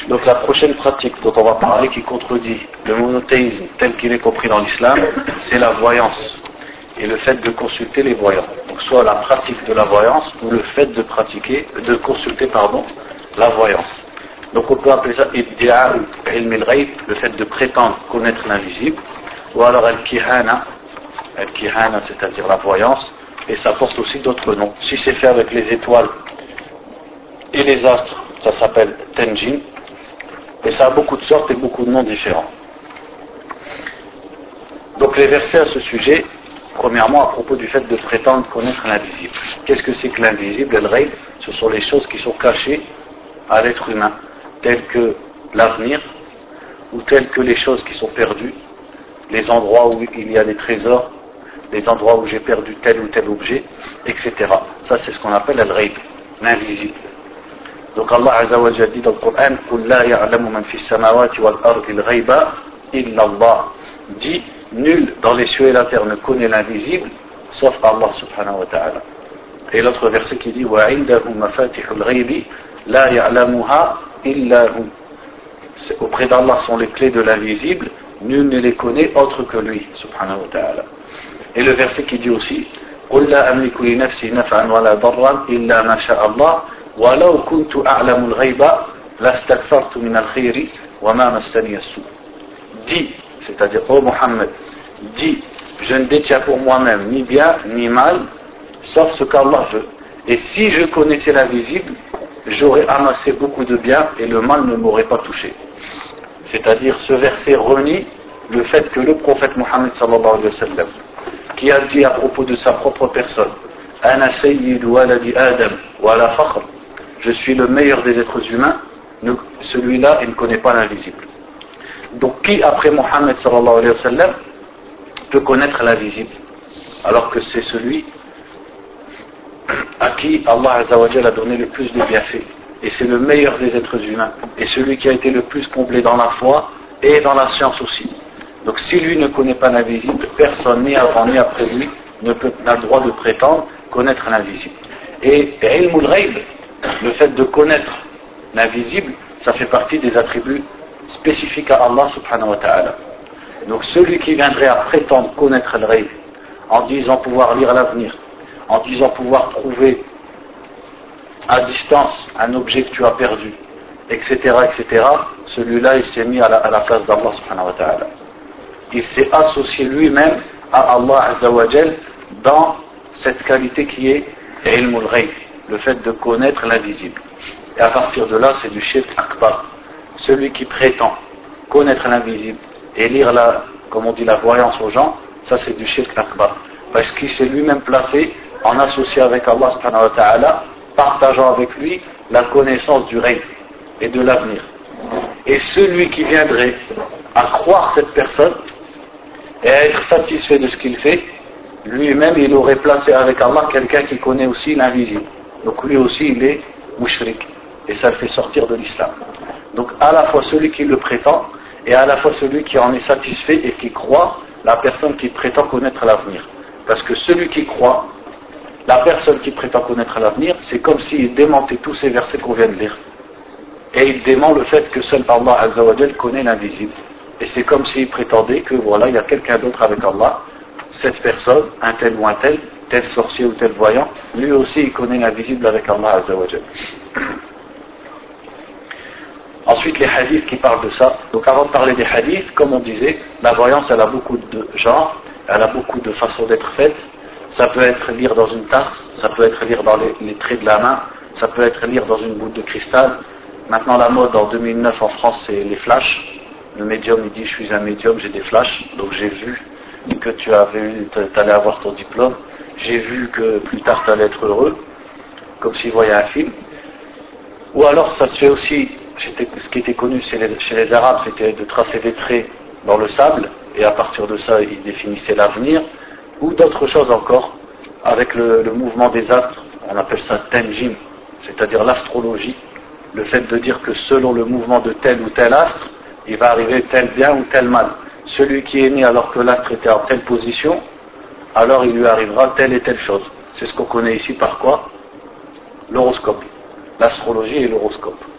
Donc la prochaine pratique dont on va parler qui contredit le monothéisme tel qu'il est compris dans l'islam, c'est la voyance et le fait de consulter les voyants. Donc soit la pratique de la voyance ou le fait de consulter la voyance. Donc on peut appeler ça ibdi'a ilm al-ghayb, le fait de prétendre connaître l'invisible, ou alors al-kihana, c'est-à-dire la voyance, et ça porte aussi d'autres noms. Si c'est fait avec les étoiles et les astres, ça s'appelle tenjin, et ça a beaucoup de sortes et beaucoup de noms différents. Donc les versets à ce sujet, premièrement à propos du fait de prétendre connaître l'invisible. Qu'est-ce que c'est que l'invisible? Al-ghayb, ce sont les choses qui sont cachées à l'être humain, telles que l'avenir, ou telles que les choses qui sont perdues, les endroits où il y a des trésors, les endroits où j'ai perdu tel ou tel objet, etc. Ça c'est ce qu'on appelle al-ghayb, l'invisible. Donc Allah Azza wa Jalla dit dans le Coran, قُلْ لَا يَعْلَمُ مَنْ فِي السَّمَاوَاتِ وَالْأَرْضِ الْغَيْبَ إِلَّا اللَّهُ. Dit, nul dans les cieux et la terre ne connaît l'invisible, sauf Allah subhanahu wa ta'ala. Et l'autre verset qui dit, وَعِنْدَهُ مَفَاتِحُ الْغَيْبِ لَا يَعْلَمُهَا إِلَّا هُ. Auprès d'Allah sont les clés de l'invisible, nul ne les connaît autre que lui, subhanahu wa ta'ala. Et le verset qui dit aussi, قُلْ لَا أَمْلِكُ لِنَفْسِي نَفْعًا وَلَا ضَرًّا إِلَّا مَا شَاءَ اللَّهُ وَلَوْ كُنْتُ أَعْلَمُ الْغَيْبَ لَاسْتَكْثَرْتُ مِنَ الْخَيْرِ وَمَا مَسَّنِيَ السُّوءُ. Dis, c'est-à-dire, ô Mohammed, dis, je ne détiens pour moi-même ni bien ni mal, sauf ce qu'Allah veut. Et si je connaissais l'invisible, j'aurais amassé beaucoup de bien et le mal ne m'aurait pas touché. C'est-à-dire, ce verset renie le fait que le prophète Mohammed sallallahu alayhi wa sallam, qui a dit à propos de sa propre personne, Ana sayyid waladi Adam wa la fakhr, je suis le meilleur des êtres humains, celui-là il ne connaît pas l'invisible. Donc qui après Mohammed sallallahu alayhi wa sallam peut connaître l'invisible, alors que c'est celui à qui Allah Azza wa Jalla a donné le plus de bienfaits, et c'est le meilleur des êtres humains, et celui qui a été le plus comblé dans la foi et dans la science aussi. Donc si lui ne connaît pas l'invisible, personne ni avant ni après lui n'a le droit de prétendre connaître l'invisible. Et ilmul ghayb, le fait de connaître l'invisible, ça fait partie des attributs spécifiques à Allah subhanahu wa ta'ala. Donc celui qui viendrait à prétendre connaître le ghayb en disant pouvoir lire l'avenir, en disant pouvoir trouver à distance un objet que tu as perdu, etc., etc., celui-là il s'est mis à la place d'Allah subhanahu wa ta'ala. Il s'est associé lui-même à Allah Azza wa Jal dans cette qualité qui est ilmul ghayb, le fait de connaître l'invisible. Et à partir de là, c'est du shirk akbar. Celui qui prétend connaître l'invisible et lire comme on dit, la voyance aux gens, ça c'est du shirk akbar. Parce qu'il s'est lui-même placé en associé avec Allah subhanahu wa ta'ala, partageant avec lui la connaissance du ghayb et de l'avenir. Et celui qui viendrait à croire cette personne et à être satisfait de ce qu'il fait, lui-même il aurait placé avec Allah quelqu'un qui connaît aussi l'invisible. Donc lui aussi il est mushrik et ça le fait sortir de l'islam. Donc à la fois celui qui le prétend et à la fois celui qui en est satisfait et qui croit la personne qui prétend connaître l'avenir. Parce que celui qui croit, la personne qui prétend connaître l'avenir, c'est comme s'il démentait tous ces versets qu'on vient de lire. Et il dément le fait que seul Allah Azza wa Jal connaît l'invisible. Et c'est comme s'il prétendait que voilà, il y a quelqu'un d'autre avec Allah, cette personne, un tel ou un tel, tel sorcier ou tel voyant, lui aussi il connaît l'invisible avec Allah Azza wa Jal. Ensuite les hadiths qui parlent de ça. Donc avant de parler des hadiths, comme on disait, la voyance elle a beaucoup de genres, elle a beaucoup de façons d'être faite. Ça peut être lire dans une tasse, ça peut être lire dans les traits de la main, ça peut être lire dans une goutte de cristal. Maintenant la mode en 2009 en France c'est les flashs. Le médium il dit je suis un médium, j'ai des flashs, donc j'ai vu que tu allais avoir ton diplôme, j'ai vu que plus tard tu allais être heureux, comme s'il voyait un film. Ou alors ça se fait aussi, ce qui était connu chez les Arabes, c'était de tracer des traits dans le sable, et à partir de ça ils définissaient l'avenir, ou d'autres choses encore, avec le mouvement des astres, on appelle ça tenjim, c'est-à-dire l'astrologie, le fait de dire que selon le mouvement de tel ou tel astre, il va arriver tel bien ou tel mal. Celui qui est né alors que l'astre était en telle position, alors il lui arrivera telle et telle chose. C'est ce qu'on connaît ici par quoi? L'horoscope. L'astrologie et l'horoscope.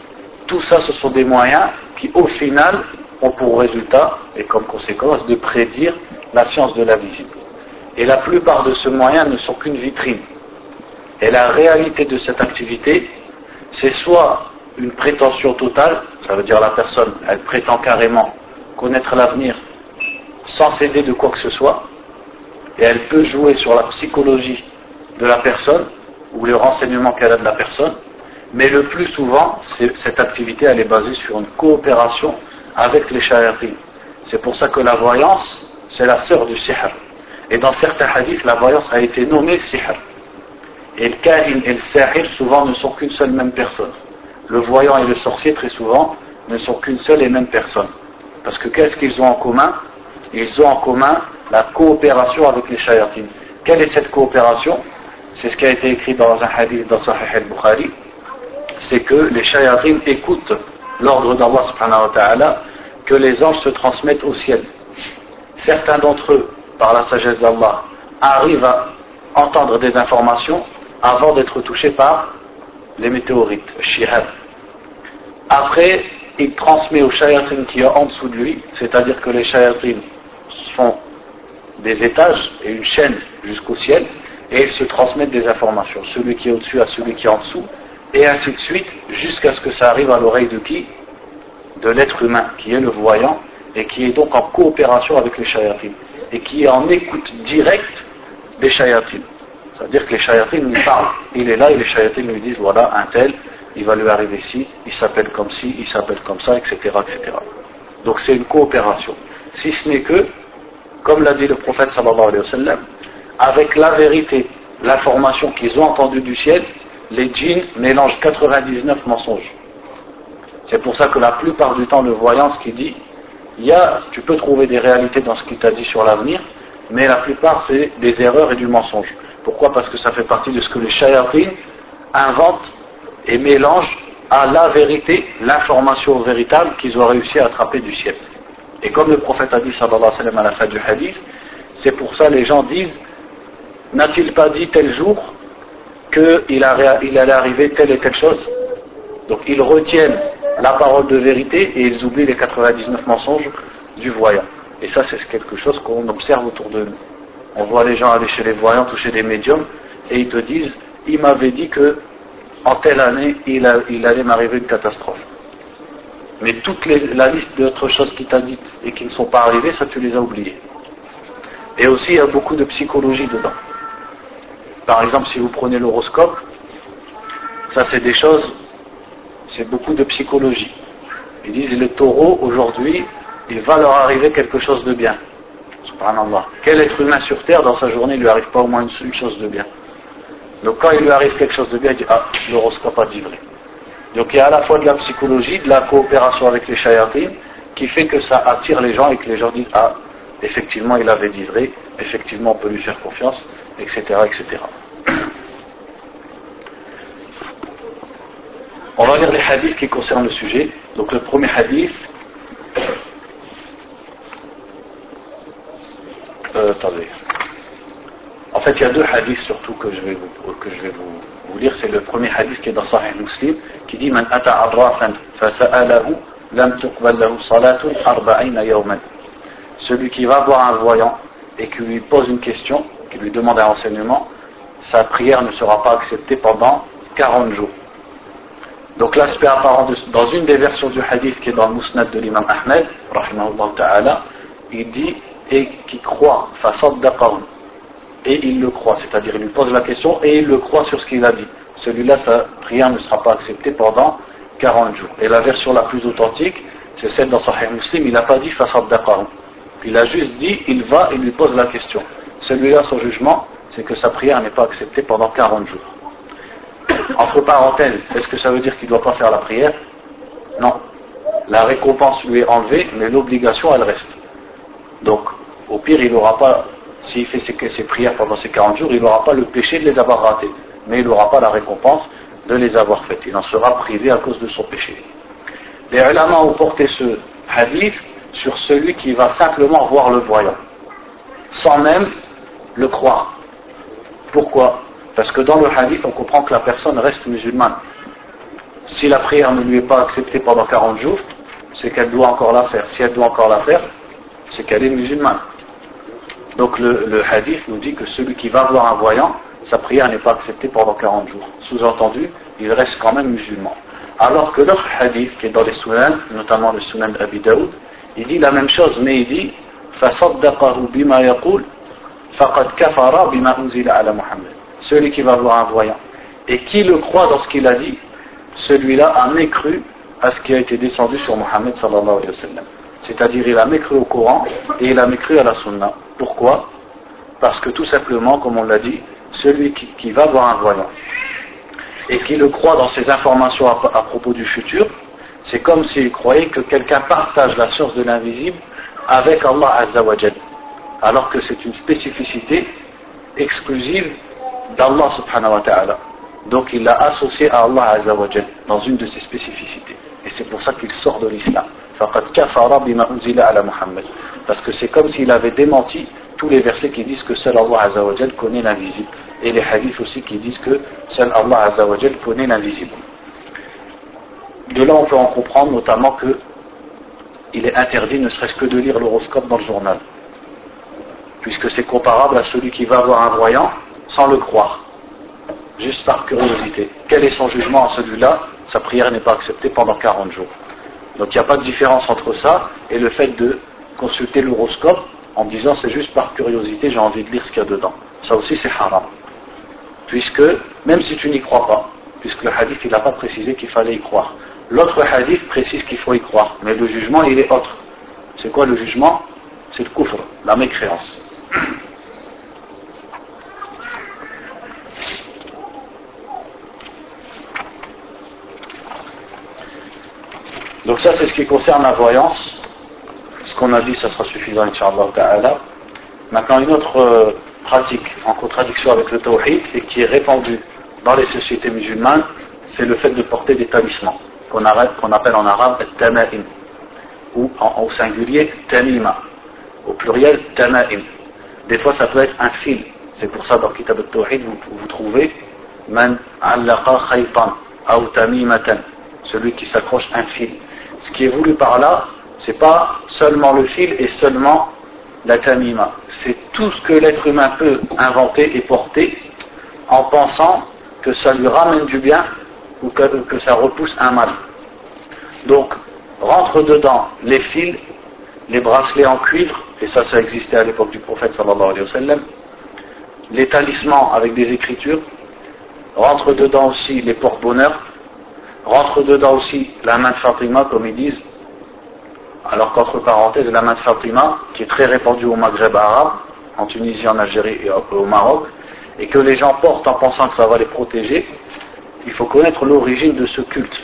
tout ça, ce sont des moyens qui, au final, ont pour résultat et comme conséquence de prédire la science de l'invisible. Et la plupart de ces moyens ne sont qu'une vitrine. Et la réalité de cette activité, c'est soit une prétention totale, ça veut dire la personne, elle prétend carrément connaître l'avenir sans s'aider de quoi que ce soit, et elle peut jouer sur la psychologie de la personne ou le renseignement qu'elle a de la personne, mais le plus souvent, cette activité elle est basée sur une coopération avec les shayatines. C'est pour ça que la voyance, c'est la sœur du sihr. Et dans certains hadiths, la voyance a été nommée sihr. Et le kahin et le sahir souvent ne sont qu'une seule même personne. Le voyant et le sorcier très souvent ne sont qu'une seule et même personne. Parce que qu'est-ce qu'ils ont en commun? Ils ont en commun la coopération avec les shayatines. Quelle est cette coopération? C'est ce qui a été écrit dans un hadith dans Sahih al-Bukhari. C'est que les shayatines écoutent l'ordre d'Allah subhanahu wa ta'ala que les anges se transmettent au ciel. Certains d'entre eux, par la sagesse d'Allah, arrivent à entendre des informations avant d'être touchés par les météorites, shihab. Après, il transmet aux shayatines qui est en dessous de lui, c'est-à-dire que les shayatines font des étages et une chaîne jusqu'au ciel, et ils se transmettent des informations, celui qui est au-dessus à celui qui est en dessous, et ainsi de suite, jusqu'à ce que ça arrive à l'oreille de qui? De l'être humain, qui est le voyant, et qui est donc en coopération avec les shayatines, et qui est en écoute directe des shayatines. C'est-à-dire que les shayatines lui parlent, il est là et les shayatines lui disent voilà, un tel, il va lui arriver ci, il s'appelle comme ci, il s'appelle comme ça, etc., etc. Donc c'est une coopération. Si ce n'est que, comme l'a dit le prophète sallallahu alayhi wa sallam, avec la vérité, l'information qu'ils ont entendue du ciel, les djinns mélangent 99 mensonges. C'est pour ça que la plupart du temps, le voyant, ce qu'il dit, tu peux trouver des réalités dans ce qu'il t'a dit sur l'avenir, mais la plupart c'est des erreurs et du mensonge. Pourquoi? Parce que ça fait partie de ce que les shayatines inventent et mélangent à la vérité, l'information véritable qu'ils ont réussi à attraper du ciel. Et comme le prophète a dit sallallahu alayhi wa sallam à la fin du hadith, c'est pour ça les gens disent, n'a-t-il pas dit tel jour qu'il allait arriver telle et telle chose? Donc ils retiennent la parole de vérité et ils oublient les 99 mensonges du voyant. Et ça c'est quelque chose qu'on observe autour de nous. On voit les gens aller chez les voyants, toucher des médiums, et ils te disent, il m'avait dit que en telle année, il allait m'arriver une catastrophe. Mais toute la liste d'autres choses qu'il t'a dites et qui ne sont pas arrivées, ça tu les as oubliées. Et aussi, il y a beaucoup de psychologie dedans. Par exemple, si vous prenez l'horoscope, ça c'est des choses, c'est beaucoup de psychologie. Ils disent, les taureaux, aujourd'hui, il va leur arriver quelque chose de bien. Subhanallah. Quel être humain sur terre, dans sa journée, il lui arrive pas au moins une chose de bien? Donc quand il lui arrive quelque chose de bien, il dit, ah, l'horoscope a dit vrai. Donc il y a à la fois de la psychologie, de la coopération avec les shayatines, qui fait que ça attire les gens et que les gens disent, ah, effectivement il avait dit vrai, effectivement on peut lui faire confiance, etc., etc. On va lire les hadiths qui concernent le sujet. Donc le premier hadith, attendez. En fait, il y a deux hadiths surtout que je vais vous lire. C'est le premier hadith qui est dans Sahih Muslim, qui dit Man ata arrafan fasa'alahu lam tuqbal lahu salatun arba'ina yawman. Celui qui va voir un voyant et qui lui pose une question, qui lui demande un renseignement, sa prière ne sera pas acceptée pendant 40 jours. Donc l'aspect apparent dans une des versions du hadith qui est dans le Musnad de l'imam Ahmed, rahimahullah ta'ala, il dit et qui croit, fasaddaqahu, et il le croit, c'est-à-dire il lui pose la question et il le croit sur ce qu'il a dit. Celui-là, sa prière ne sera pas acceptée pendant 40 jours. Et la version la plus authentique, c'est celle dans Sahih Muslim, il n'a pas dit fasaddaqahu. Il a juste dit, il va et lui pose la question. Celui-là, son jugement, c'est que sa prière n'est pas acceptée pendant 40 jours. Entre parenthèses, est-ce que ça veut dire qu'il ne doit pas faire la prière? Non. La récompense lui est enlevée, mais l'obligation, elle reste. Donc, au pire, il n'aura pas, s'il fait ses prières pendant ces 40 jours, il n'aura pas le péché de les avoir ratées. Mais il n'aura pas la récompense de les avoir faites. Il en sera privé à cause de son péché. Les ulama ont porté ce hadith sur celui qui va simplement voir le voyant, sans même le croire. Pourquoi? Parce que dans le hadith, on comprend que la personne reste musulmane. si la prière ne lui est pas acceptée pendant 40 jours, c'est qu'elle doit encore la faire. Si elle doit encore la faire, c'est qu'elle est musulmane. Donc le hadith nous dit que celui qui va voir un voyant, sa prière n'est pas acceptée pendant 40 jours. Sous-entendu, il reste quand même musulman. Alors que l'autre hadith qui est dans les sunan, notamment le sunan d'Abi Daoud, il dit la même chose, mais il dit فَصَدَّقَهُ بِمَا يَقُولُ فَقَدْ كَفَرَ بِمَا أُنزِلَ عَلَى مُحَمَّدٍ. Celui qui va voir un voyant et qui le croit dans ce qu'il a dit, celui-là a mécru à ce qui a été descendu sur Mohammed sallallahu alayhi wa sallam. C'est-à-dire il a mécru au Coran et il a mécru à la Sunna. Pourquoi? Parce que tout simplement, comme on l'a dit, celui qui va voir un voyant et qui le croit dans ses informations à propos du futur, c'est comme s'il croyait que quelqu'un partage la science de l'invisible avec Allah Azza wa Jal, alors que c'est une spécificité exclusive d'Allah subhanahu wa ta'ala. Donc il l'a associé à Allah Azza wa Jal dans une de ses spécificités. Et c'est pour ça qu'il sort de l'islam. فَقَدْ كَفَرَ بِمَا أُنزِلَ عَلَى مُحَمَّدٍ. Parce que c'est comme s'il avait démenti tous les versets qui disent que seul Allah Azza wa Jal connaît l'invisible. Et les hadiths aussi qui disent que seul Allah Azza wa Jal connaît l'invisible. De là on peut en comprendre notamment que il est interdit ne serait-ce que de lire l'horoscope dans le journal. Puisque c'est comparable à celui qui va voir un voyant sans le croire. Juste par curiosité. Quel est son jugement à celui-là? Sa prière n'est pas acceptée pendant 40 jours. Donc il n'y a pas de différence entre ça et le fait de consulter l'horoscope en disant c'est juste par curiosité, j'ai envie de lire ce qu'il y a dedans. Ça aussi c'est haram. Puisque, même si tu n'y crois pas, puisque le hadith il n'a pas précisé qu'il fallait y croire. L'autre hadith précise qu'il faut y croire, mais le jugement il est autre. C'est quoi le jugement? C'est le kufr, la mécréance. Donc ça c'est ce qui concerne la voyance. Ce qu'on a dit ça sera suffisant Inch'Allah ta'ala. Maintenant une autre pratique en contradiction avec le tawhid et qui est répandue dans les sociétés musulmanes, c'est le fait de porter des talismans qu'on appelle en arabe tama'im ou au singulier tamima, au pluriel tama'im. Des fois ça peut être un fil. C'est pour ça dans Kitab al-Tawhid vous trouvez man allaqa khaytan ou tamimatan, celui qui s'accroche un fil. Ce qui est voulu par là, c'est pas seulement le fil et seulement la tamima, c'est tout ce que l'être humain peut inventer et porter en pensant que ça lui ramène du bien ou que ça repousse un mal. Donc rentre dedans les fils, les bracelets en cuivre, et ça existait à l'époque du prophète sallallahu alayhi wa sallam, les talismans avec des écritures, rentre dedans aussi les porte-bonheur, rentre dedans aussi la main de Fatima comme ils disent, alors qu'entre parenthèses la main de Fatima qui est très répandue au Maghreb arabe, en Tunisie, en Algérie et au Maroc, et que les gens portent en pensant que ça va les protéger. Il faut connaître l'origine de ce culte.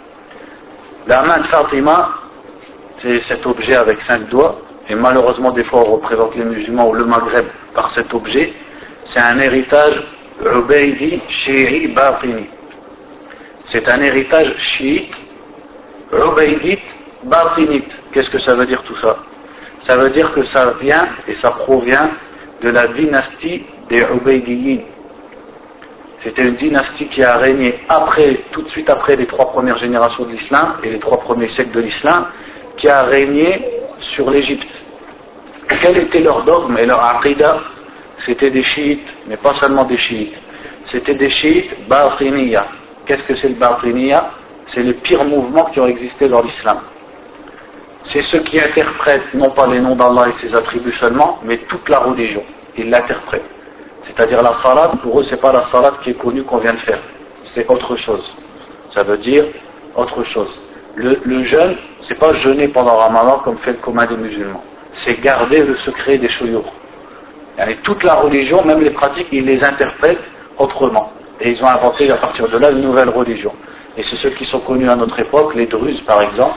La main de Fatima, c'est cet objet avec 5 doigts, et malheureusement des fois on représente les musulmans ou le Maghreb par cet objet. C'est un héritage Ubaydi, Shi'i, Batini. C'est un héritage chiite, Ubaydite, Batinite. Qu'est-ce que ça veut dire tout ça? Ça veut dire que ça vient et ça provient de la dynastie des Ubaydiyin. C'était une dynastie qui a régné tout de suite après les 3 premières générations de l'islam et les 3 premiers siècles de l'islam, qui a régné sur l'Égypte. Quel était leur dogme et leur aqidah? C'était des chiites, mais pas seulement des chiites. C'était des chiites batiniya. Qu'est-ce que c'est le batiniya? C'est les pires mouvements qui ont existé dans l'islam. C'est ceux qui interprètent non pas les noms d'Allah et ses attributs seulement, mais toute la religion. Ils l'interprètent. C'est-à-dire la salat, pour eux c'est pas la salat qui est connue qu'on vient de faire. C'est autre chose. Ça veut dire autre chose. Le jeûne, c'est pas jeûner pendant Ramadan comme fait le commun des musulmans. C'est garder le secret des shuyukh. Et toute la religion, même les pratiques, ils les interprètent autrement. Et ils ont inventé à partir de là une nouvelle religion. Et c'est ceux qui sont connus à notre époque, les Druzes par exemple,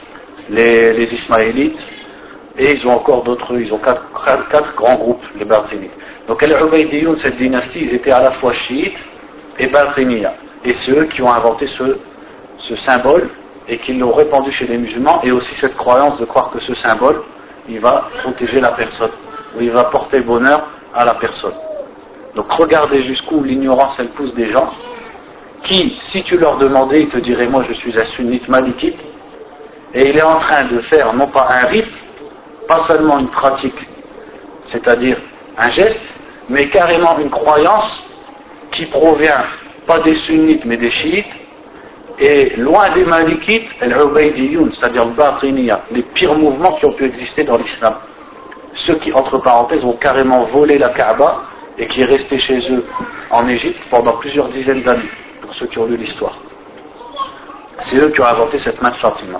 les Ismaélites, et ils ont encore d'autres, ils ont quatre grands groupes, les Batinites. Donc les Ubaydiyoun, cette dynastie, ils étaient à la fois chiites et Batiniya. Et c'est eux qui ont inventé ce symbole et qui l'ont répandu chez les musulmans, et aussi cette croyance de croire que ce symbole, il va protéger la personne, ou il va porter bonheur à la personne. Donc regardez jusqu'où l'ignorance elle pousse des gens. qui, si tu leur demandais, ils te diraient moi je suis un sunnite malikite, et il est en train de faire non pas un rite, pas seulement une pratique, c'est-à-dire un geste, mais carrément une croyance qui provient pas des sunnites mais des chiites, et loin des malikites, al-Ubaydiyoun, c'est-à-dire le Batiniya, les pires mouvements qui ont pu exister dans l'islam. Ceux qui, entre parenthèses, ont carrément volé la Kaaba et qui est resté chez eux en Égypte pendant plusieurs dizaines d'années, pour ceux qui ont lu l'histoire. C'est eux qui ont inventé cette main de Fatima.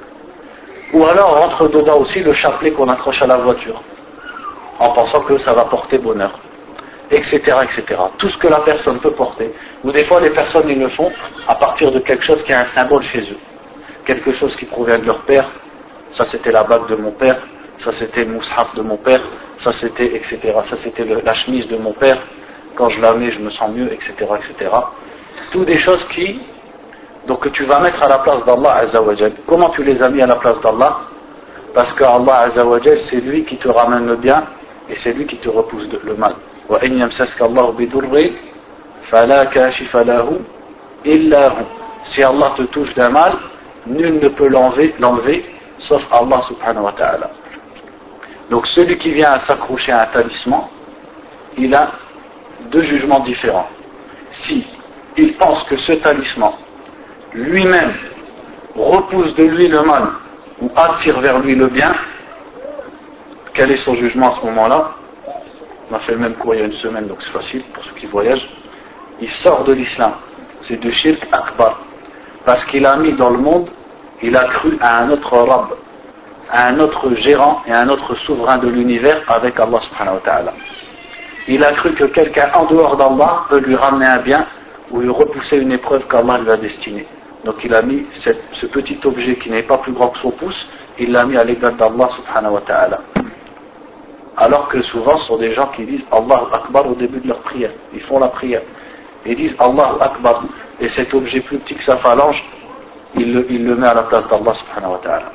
Ou alors rentre dedans aussi le chapelet qu'on accroche à la voiture, en pensant que ça va porter bonheur, etc., etc. Tout ce que la personne peut porter. Ou des fois les personnes ils le font à partir de quelque chose qui a un symbole chez eux. Quelque chose qui provient de leur père, ça c'était la bague de mon père, ça c'était le moushaf de mon père, ça c'était, etc. Ça c'était la chemise de mon père, quand je la mets je me sens mieux, etc., etc. Toutes des choses qui, donc que tu vas mettre à la place d'Allah Azza wa Jal. Comment tu les as mis à la place d'Allah? Parce que Allah Azza wa Jal, c'est lui qui te ramène le bien et c'est lui qui te repousse le mal. وَإِنْ يَمْسَسْكَ اللَّهُ بِضُرٍّ فَلَا كَاشِفَ لَهُ إِلَّا هُ. Si Allah te touche d'un mal, nul ne peut l'enlever sauf Allah subhanahu wa ta'ala. Donc celui qui vient à s'accrocher à un talisman, il a deux jugements différents. Si il pense que ce talisman lui-même repousse de lui le mal ou attire vers lui le bien, quel est son jugement à ce moment-là? On a fait le même cours il y a une semaine, donc c'est facile pour ceux qui voyagent. Il sort de l'islam, c'est de shirk akbar, parce qu'il a mis dans le monde, il a cru à un autre Rabb, à un autre gérant et à un autre souverain de l'univers avec Allah subhanahu wa ta'ala. Il a cru que quelqu'un en dehors d'Allah peut lui ramener un bien ou lui repousser une épreuve qu'Allah lui a destinée. Donc il a mis ce petit objet qui n'est pas plus grand que son pouce, il l'a mis à l'égard d'Allah subhanahu wa ta'ala. Alors que souvent ce sont des gens qui disent Allahu Akbar au début de leur prière. Ils font la prière. Ils disent Allahu Akbar. Et cet objet plus petit que sa phalange, il le met à la place d'Allah subhanahu wa ta'ala.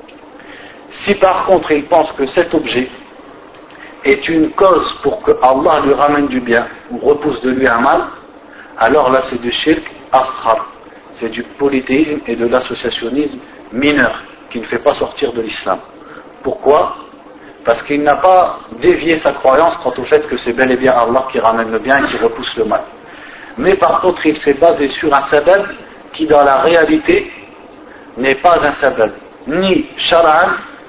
Si par contre il pense que cet objet est une cause pour que Allah lui ramène du bien ou repousse de lui un mal, alors là c'est du shirk asghar. C'est du polythéisme et de l'associationnisme mineur qui ne fait pas sortir de l'islam. Pourquoi? Parce qu'il n'a pas dévié sa croyance quant au fait que c'est bel et bien Allah qui ramène le bien et qui repousse le mal. Mais par contre, il s'est basé sur un sabab qui dans la réalité n'est pas un sabab, ni shar'an,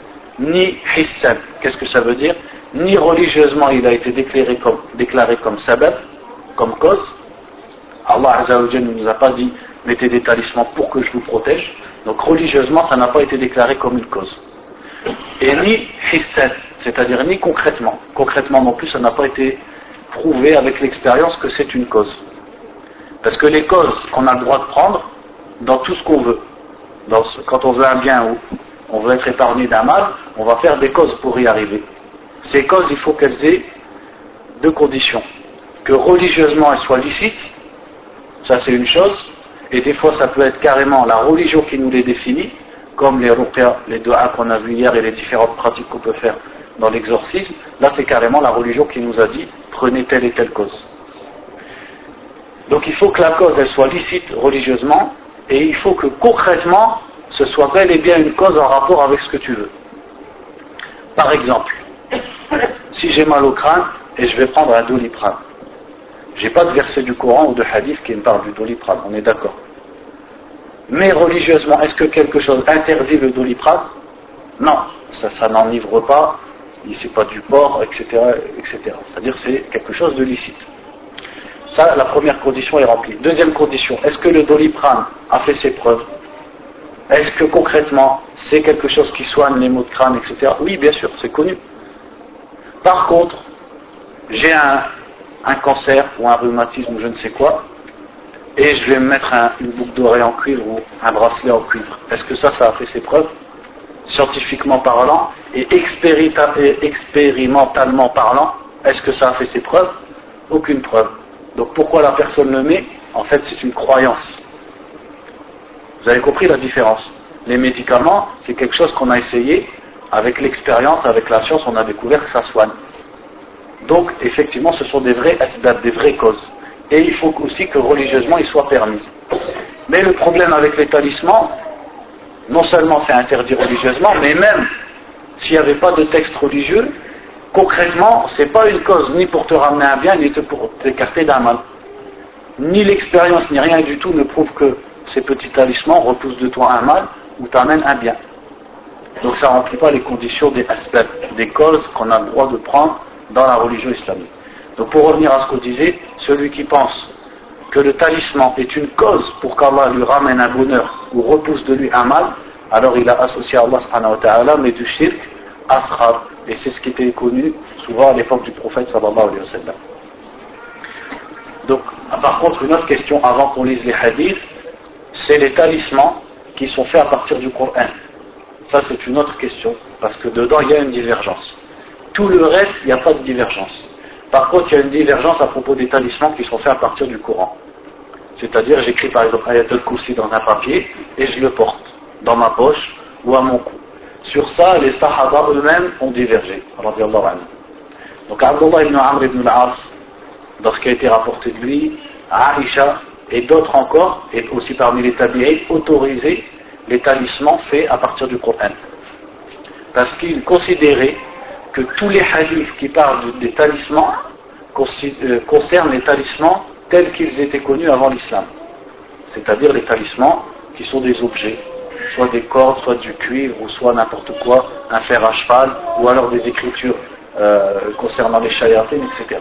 ni hissan. Qu'est-ce que ça veut dire? Ni religieusement il a été déclaré comme sabab, comme cause. Allah Azza wa Jalla ne nous a pas dit mettez des talismans pour que je vous protège. Donc religieusement ça n'a pas été déclaré comme une cause. Et ni hissan, c'est-à-dire ni concrètement. Concrètement non plus, ça n'a pas été prouvé avec l'expérience que c'est une cause. Parce que les causes qu'on a le droit de prendre dans tout ce qu'on veut, quand on veut un bien ou on veut être épargné d'un mal, on va faire des causes pour y arriver. Ces causes, il faut qu'elles aient deux conditions. Que religieusement elles soient licites, ça c'est une chose, et des fois ça peut être carrément la religion qui nous les définit, comme les ruqya, les du'a qu'on a vu hier et les différentes pratiques qu'on peut faire dans l'exorcisme. Là c'est carrément la religion qui nous a dit prenez telle et telle cause. Donc il faut que la cause elle soit licite religieusement et il faut que concrètement ce soit bel et bien une cause en rapport avec ce que tu veux. Par exemple, si j'ai mal au crâne et je vais prendre un doliprane, j'ai pas de verset du Coran ou de hadith qui me parle du doliprane, on est d'accord. Mais religieusement, est-ce que quelque chose interdit le doliprane? Non, ça n'enivre pas, c'est pas du porc, etc., etc. C'est-à-dire que c'est quelque chose de licite. Ça, la première condition est remplie. Deuxième condition, est-ce que le doliprane a fait ses preuves? Est-ce que concrètement, c'est quelque chose qui soigne les maux de crâne, etc.? Oui, bien sûr, c'est connu. Par contre, j'ai un cancer ou un rhumatisme ou je ne sais quoi, et je vais me mettre une boucle d'oreille en cuivre ou un bracelet en cuivre. Est-ce que ça a fait ses preuves? Scientifiquement parlant et expérimentalement parlant, est-ce que ça a fait ses preuves? Aucune preuve. Donc pourquoi la personne le met? En fait, c'est une croyance. Vous avez compris la différence? Les médicaments, c'est quelque chose qu'on a essayé, avec l'expérience, avec la science, on a découvert que ça soigne. Donc, effectivement, ce sont des vrais asbab, des vraies causes. et il faut aussi que religieusement il soit permis. Mais le problème avec les talismans, non seulement c'est interdit religieusement, mais même s'il n'y avait pas de texte religieux, concrètement, ce n'est pas une cause ni pour te ramener un bien, ni pour t'écarter d'un mal. Ni l'expérience, ni rien du tout ne prouve que ces petits talismans repoussent de toi un mal ou t'amènent un bien. Donc ça ne remplit pas les conditions des aspects, des causes qu'on a le droit de prendre dans la religion islamique. Donc pour revenir à ce qu'on disait, celui qui pense que le talisman est une cause pour qu'Allah lui ramène un bonheur ou repousse de lui un mal, alors il a associé à Allah subhanahu wa ta'ala, mais du shirk asghar. Et c'est ce qui était connu souvent à l'époque du prophète sallallahu alayhi wa sallam. Donc, par contre, une autre question avant qu'on lise les hadiths, c'est les talismans qui sont faits à partir du Coran. Ça, c'est une autre question, parce que dedans, il y a une divergence. Tout le reste, il n'y a pas de divergence. Par contre, il y a une divergence à propos des talismans qui sont faits à partir du Coran. C'est-à-dire, j'écris par exemple Ayat al-Kursi dans un papier, et je le porte dans ma poche ou à mon cou. Sur ça, les Sahaba eux-mêmes ont divergé. Donc, Abdullah ibn Amr ibn al-As, dans ce qui a été rapporté de lui, Aïcha et d'autres encore, et aussi parmi les tabi'in, autorisaient les talismans faits à partir du Coran. Parce qu'ils considéraient que tous les hadiths qui parlent des talismans concernent les talismans tels qu'ils étaient connus avant l'islam. C'est-à-dire les talismans qui sont des objets, soit des cordes, soit du cuivre, ou soit n'importe quoi, un fer à cheval, ou alors des écritures concernant les shayatines, etc.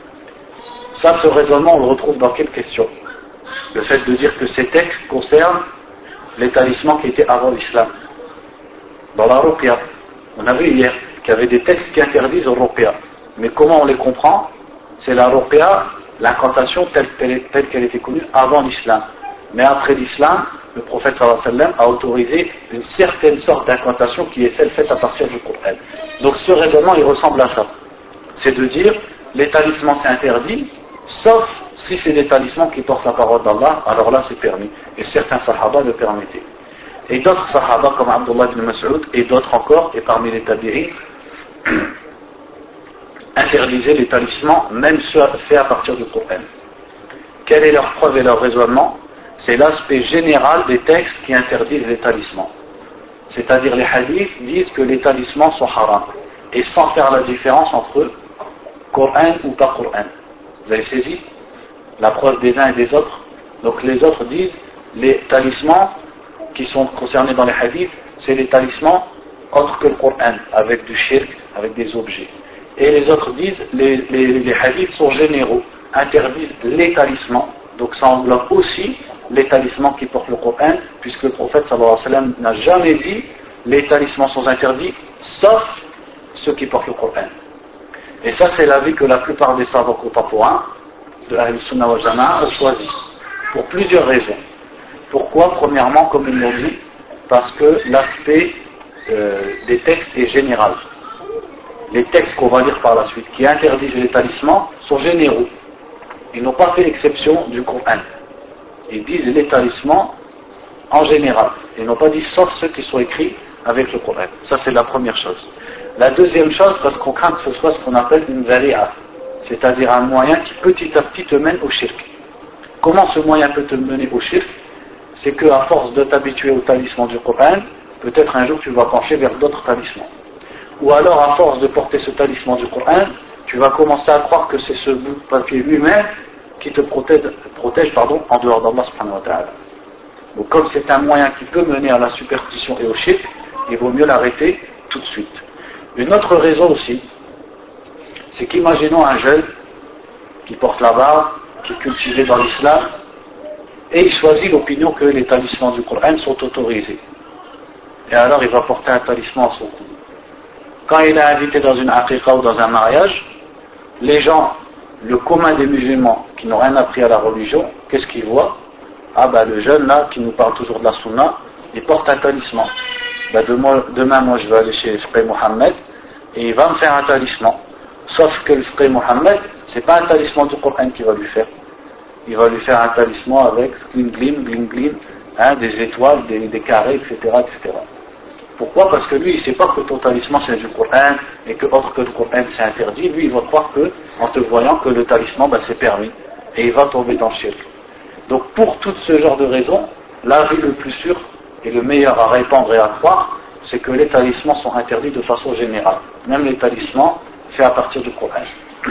Ça, ce raisonnement, on le retrouve dans quelle question? Le fait de dire que ces textes concernent les talismans qui étaient avant l'islam. Dans la ruqya, on a vu hier qu'il y avait des textes qui interdisent la ruqya. Mais comment on les comprend? C'est la ruqya, l'incantation telle qu'elle était connue avant l'islam. Mais après l'islam, le prophète sallallahu alayhi wa sallam a autorisé une certaine sorte d'incantation qui est celle faite à partir du Coran. Donc ce raisonnement, il ressemble à ça. C'est de dire, les talismans c'est interdit, sauf si c'est des talismans qui portent la parole d'Allah, alors là c'est permis. Et certains sahaba le permettaient. Et d'autres sahaba comme Abdullah ibn Mas'ud et d'autres encore, et parmi les tabi'in, interdisaient les talismans, même ceux faits à partir du Coran. Quelle est leur preuve et leur raisonnement? C'est l'aspect général des textes qui interdisent les talismans. C'est-à-dire les hadiths disent que les talismans sont haram, et sans faire la différence entre Coran ou pas Coran. Vous avez saisi la preuve des uns et des autres? Donc les autres disent les talismans qui sont concernés dans les hadiths, c'est les talismans autres que le Coran, avec du shirk, avec des objets. Et les autres disent les hadiths sont généraux, interdisent les talismans, donc ça englobe aussi les talismans qui portent le Coran, puisque le prophète sallallahu alayhi wa sallam n'a jamais dit les talismans sont interdits, sauf ceux qui portent le Coran. Et ça, c'est l'avis que la plupart des savants contemporains de Ahl Sunnah wa Jama'a ont choisi, pour plusieurs raisons. Pourquoi? Premièrement, comme ils l'ont dit, parce que l'aspect des textes est général. Les textes qu'on va lire par la suite, qui interdisent les talismans, sont généraux. Ils n'ont pas fait l'exception du Coran. Ils disent les talismans en général. Ils n'ont pas dit sauf ceux qui sont écrits avec le Coran. Ça, c'est la première chose. La deuxième chose, parce qu'on craint que ce soit ce qu'on appelle une zari'a, c'est-à-dire un moyen qui petit à petit te mène au shirk. Comment ce moyen peut te mener au shirk? C'est qu'à force de t'habituer au talisman du Coran, peut-être un jour tu vas pencher vers d'autres talismans. Ou alors à force de porter ce talisman du Coran, tu vas commencer à croire que c'est ce bout de papier lui-même qui te protège en dehors d'Allah subhanahu wa ta'ala. Donc comme c'est un moyen qui peut mener à la superstition et au shirk, il vaut mieux l'arrêter tout de suite. Une autre raison aussi, c'est qu'imaginons un jeune qui porte la barbe, qui est cultivé dans l'islam, et il choisit l'opinion que les talismans du Coran sont autorisés. Et alors il va porter un talisman à son cou. Quand il est invité dans une aqiqa ou dans un mariage, les gens, le commun des musulmans qui n'ont rien appris à la religion, qu'est-ce qu'ils voient? Ah ben le jeune là, qui nous parle toujours de la sunna, il porte un talisman. Ben demain moi je vais aller chez le frère Mohammed et il va me faire un talisman. Sauf que le frère Mohammed, c'est pas un talisman du Coran qu'il va lui faire. Il va lui faire un talisman avec bling bling, hein, des étoiles, des carrés, etc., etc. Pourquoi? Parce que lui, il ne sait pas que ton talisman c'est du Coran et que autre que le Coran c'est interdit. Lui, il va croire que, en te voyant, que le talisman c'est permis. et il va tomber dans le shirk. Donc pour tout ce genre de raisons, l'avis le plus sûr et le meilleur à répandre et à croire, c'est que les talismans sont interdits de façon générale, même les talismans faits à partir du Coran.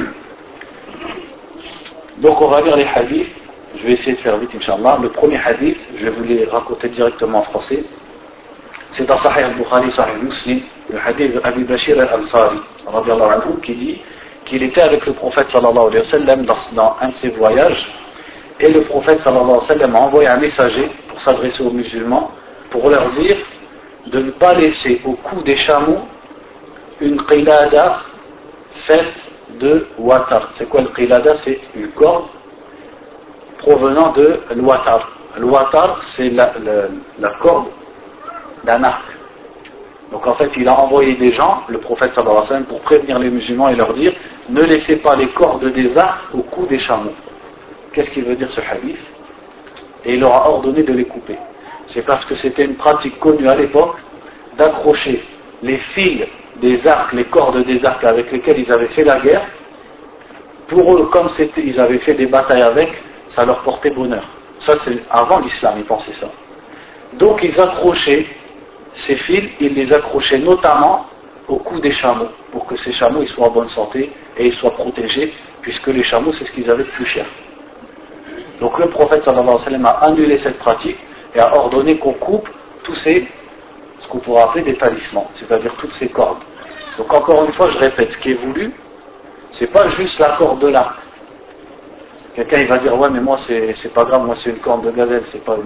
Donc on va lire les hadiths, je vais essayer de faire vite Inch'Allah. Le premier hadith, je vais vous les raconter directement en français, c'est dans Sahih al-Bukhari, Sahih Muslim, le hadith de Abi Bashir al-Ansari, qui dit qu'il était avec le prophète sallallahu alayhi wa sallam dans un de ses voyages, et le prophète sallallahu alayhi wa sallam a envoyé un messager pour s'adresser aux musulmans, pour leur dire de ne pas laisser au cou des chameaux une qilada faite de watar. C'est quoi le qilada? C'est une corde provenant de l'watar. Le watar, c'est la corde d'un arc. Donc en fait, il a envoyé des gens, le prophète sallallahu alayhi wa sallam, pour prévenir les musulmans et leur dire ne laissez pas les cordes des arcs au cou des chameaux. Qu'est-ce qu'il veut dire ce hadith? Et il leur a ordonné de les couper. C'est parce que c'était une pratique connue à l'époque d'accrocher les fils des arcs, les cordes des arcs avec lesquels ils avaient fait la guerre. Pour eux, comme ils avaient fait des batailles avec, ça leur portait bonheur. Ça, c'est avant l'islam, ils pensaient ça. Donc ils accrochaient ces fils, ils les accrochaient notamment au cou des chameaux, pour que ces chameaux ils soient en bonne santé et ils soient protégés, puisque les chameaux c'est ce qu'ils avaient de plus cher. Donc le prophète sallallahu alayhi wa sallam a annulé cette pratique et a ordonné qu'on coupe tous ces, ce qu'on pourrait appeler des talismans, c'est-à-dire toutes ces cordes. Donc encore une fois, je répète, ce qui est voulu, c'est pas juste la corde de l'arc. Quelqu'un il va dire ouais mais moi c'est pas grave, moi c'est une corde de gazelle, c'est pas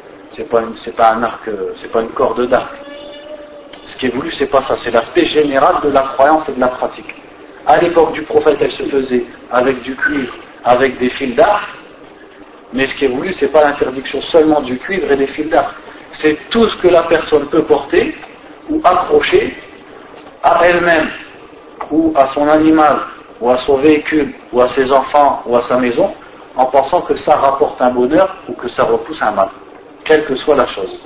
un arc, c'est pas une corde d'arc. Ce qui est voulu c'est pas ça, c'est l'aspect général de la croyance et de la pratique. À l'époque du prophète, elle se faisait avec du cuivre, avec des fils d'arc. Mais ce qui est voulu, ce n'est pas l'interdiction seulement du cuivre et des fils d'arc. C'est tout ce que la personne peut porter ou accrocher à elle-même, ou à son animal, ou à son véhicule, ou à ses enfants, ou à sa maison, en pensant que ça rapporte un bonheur ou que ça repousse un mal, quelle que soit la chose.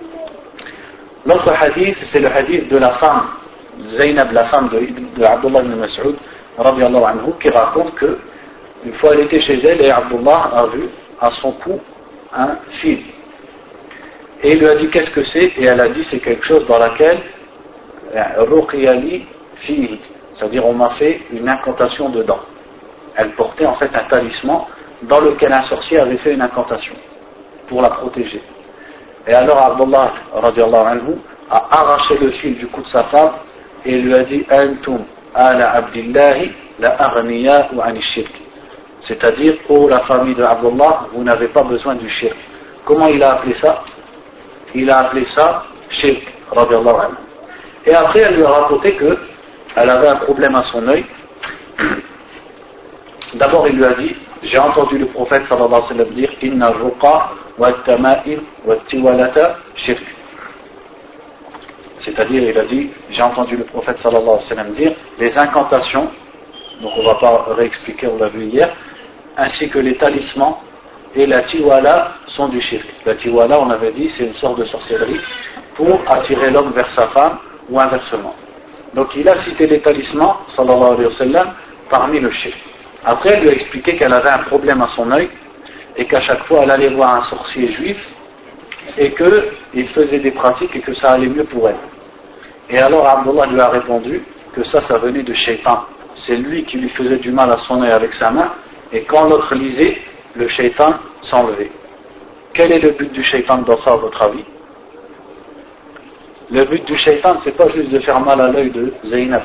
L'autre hadith, c'est le hadith de la femme, Zaynab, la femme de Abdullah ibn Mas'ud, radiyallahu anhu, qui raconte que une fois elle était chez elle et Abdullah a vu à son cou un fil. Et il lui a dit qu'est-ce que c'est, et elle a dit c'est quelque chose dans laquelle ruqiyali fihi, c'est-à-dire on m'a fait une incantation dedans. Elle portait en fait un talisman dans lequel un sorcier avait fait une incantation pour la protéger. Et alors Abdullah radiyallahu anhu a arraché le fil du cou de sa femme et lui a dit Antum ala abdillahi la aghniya wa ani shirk. C'est-à-dire, oh la famille de Abdullah, vous n'avez pas besoin du shirk. Comment il a appelé ça? Il a appelé ça shirk, radiyallahu anhu. Et après, elle lui a raconté qu'elle avait un problème à son œil. D'abord, il lui a dit, j'ai entendu le prophète sallallahu alayhi wa sallam dire, Inna ruqa wa tama'im wa tiwalata shirk. C'est-à-dire, il a dit, j'ai entendu le prophète sallallahu alayhi wa sallam dire, les incantations, donc on ne va pas réexpliquer, on l'a vu hier, ainsi que les talismans et la tiwala sont du shirk. La tiwala, on avait dit, c'est une sorte de sorcellerie pour attirer l'homme vers sa femme ou inversement. Donc il a cité les talismans, sallallahu alayhi wa sallam, parmi le shirk. Après, elle lui a expliqué qu'elle avait un problème à son œil et qu'à chaque fois elle allait voir un sorcier juif et qu'il faisait des pratiques et que ça allait mieux pour elle. Et alors Abdullah lui a répondu que ça venait de Shaitan. C'est lui qui lui faisait du mal à son œil avec sa main, et quand l'autre lisait, le shaitan s'enlevait. Quel est le but du shaitan dans ça, à votre avis? Le but du shaitan, c'est pas juste de faire mal à l'œil de Zaynab.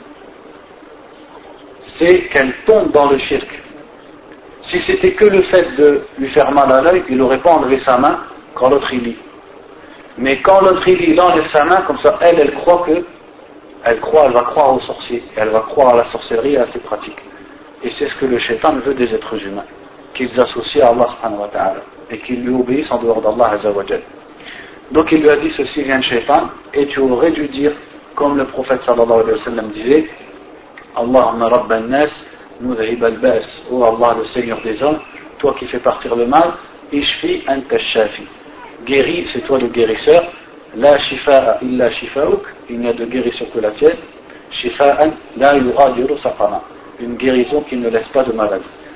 C'est qu'elle tombe dans le shirk. Si c'était que le fait de lui faire mal à l'œil, il n'aurait pas enlevé sa main quand l'autre il lit. Mais quand l'autre il lit, il enlève sa main, comme ça, elle croit que elle va croire aux sorciers, elle va croire à la sorcellerie et à ses pratiques. Et c'est ce que le shaitan veut des êtres humains, qu'ils associent à Allah subhanahu wa ta'ala, et qu'ils lui obéissent en dehors d'Allah azza wa jal. Donc il lui a dit ceci vient de shaitan, et tu aurais dû dire, comme le prophète sallallahu alayhi wa sallam disait, Allahumma rabban nas, mudhib al-bas, ô Allah le Seigneur des hommes, toi qui fais partir le mal, ishfi anta shafi. Guéris, c'est toi le guérisseur. La shifa'a illa shifa'uk, il n'y a de guérison que la tienne. Shifa'an la yughadiru saqama, une guérison qui ne laisse pas de maladie.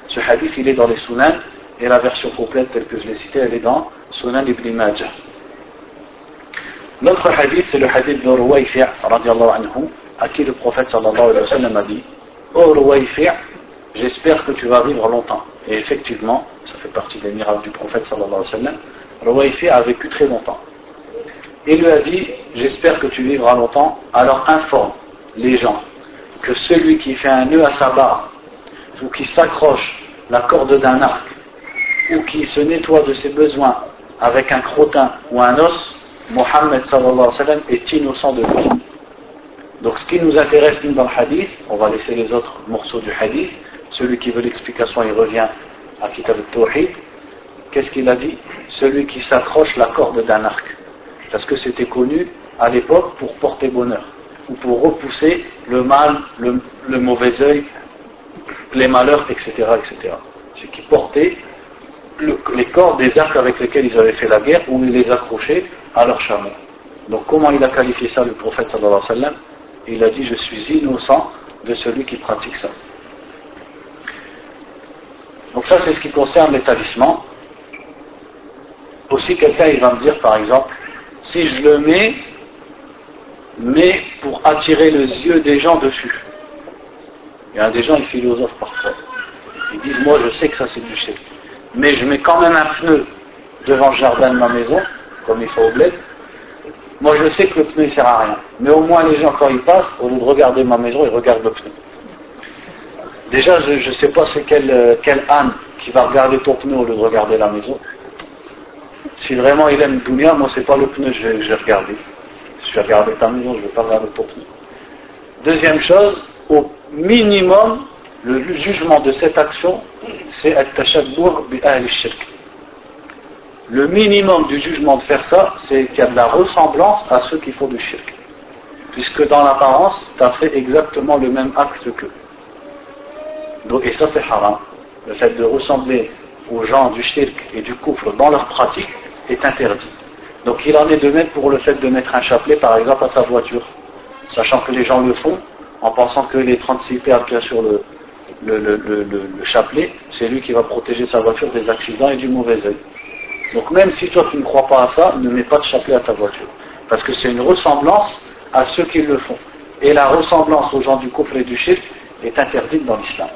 Ce hadith, il est dans les Sunan, et la version complète telle que je l'ai citée, elle est dans Sunan ibn Majah. L'autre hadith, c'est le hadith de Ruwayfi' radiallahu anhu, à qui le prophète sallallahu alayhi wa sallam a dit: Oh Ruwayfi', j'espère que tu vas vivre longtemps. Et effectivement, ça fait partie des miracles du prophète sallallahu alayhi wa sallam, Ruwayfi' a vécu très longtemps. Il lui a dit: j'espère que tu vivras longtemps, alors informe les gens que celui qui fait un nœud à sa barre, ou qui s'accroche la corde d'un arc, ou qui se nettoie de ses besoins avec un crottin ou un os, Mohammed sallallahu alayhi wa sallam est innocent de lui. Donc ce qui nous intéresse dans le hadith, on va laisser les autres morceaux du hadith, celui qui veut l'explication il revient à Kitab al-Tawhid. Qu'est-ce qu'il a dit? Celui qui s'accroche la corde d'un arc, parce que c'était connu à l'époque pour porter bonheur, ou pour repousser le mal, le mauvais œil, les malheurs, etc. etc. C'est qui portaient les cordes des arcs avec lesquels ils avaient fait la guerre, ou ils les accrochaient à leur chameau. Donc comment il a qualifié ça le prophète sallallahu alayhi wa sallam? Il a dit: je suis innocent de celui qui pratique ça. Donc ça c'est ce qui concerne les talismans. Aussi quelqu'un il va me dire par exemple: si je le mets, mais pour attirer les yeux des gens dessus. Il y a des gens, ils philosophent parfois. Ils disent: moi je sais que ça c'est du shirk, mais je mets quand même un pneu devant le jardin de ma maison, comme il faut au bled. Moi je sais que le pneu il sert à rien, mais au moins les gens quand ils passent, au lieu de regarder ma maison, ils regardent le pneu. Déjà je ne sais pas c'est quel âne qui va regarder ton pneu au lieu de regarder la maison. Si vraiment il aime Dunia, moi c'est pas le pneu que je vais regarder. Si je vais regarder ta maison, je ne vais pas regarder ton pneu. Deuxième chose, au minimum, le jugement de cette action, c'est at-tashabbuh bi ahli shirk. Le minimum du jugement de faire ça, c'est qu'il y a de la ressemblance à ceux qui font du shirk. Puisque dans l'apparence, tu as fait exactement le même acte qu'eux. Donc, et ça c'est haram. Le fait de ressembler aux gens du shirk et du kufr dans leur pratique est interdit. Donc il en est de même pour le fait de mettre un chapelet par exemple à sa voiture, sachant que les gens le font en pensant que les 36 perles qu'il y a sur le chapelet, c'est lui qui va protéger sa voiture des accidents et du mauvais œil. Donc même si toi tu ne crois pas à ça, ne mets pas de chapelet à ta voiture, parce que c'est une ressemblance à ceux qui le font. Et la ressemblance aux gens du kufr et du shirk est interdite dans l'islam.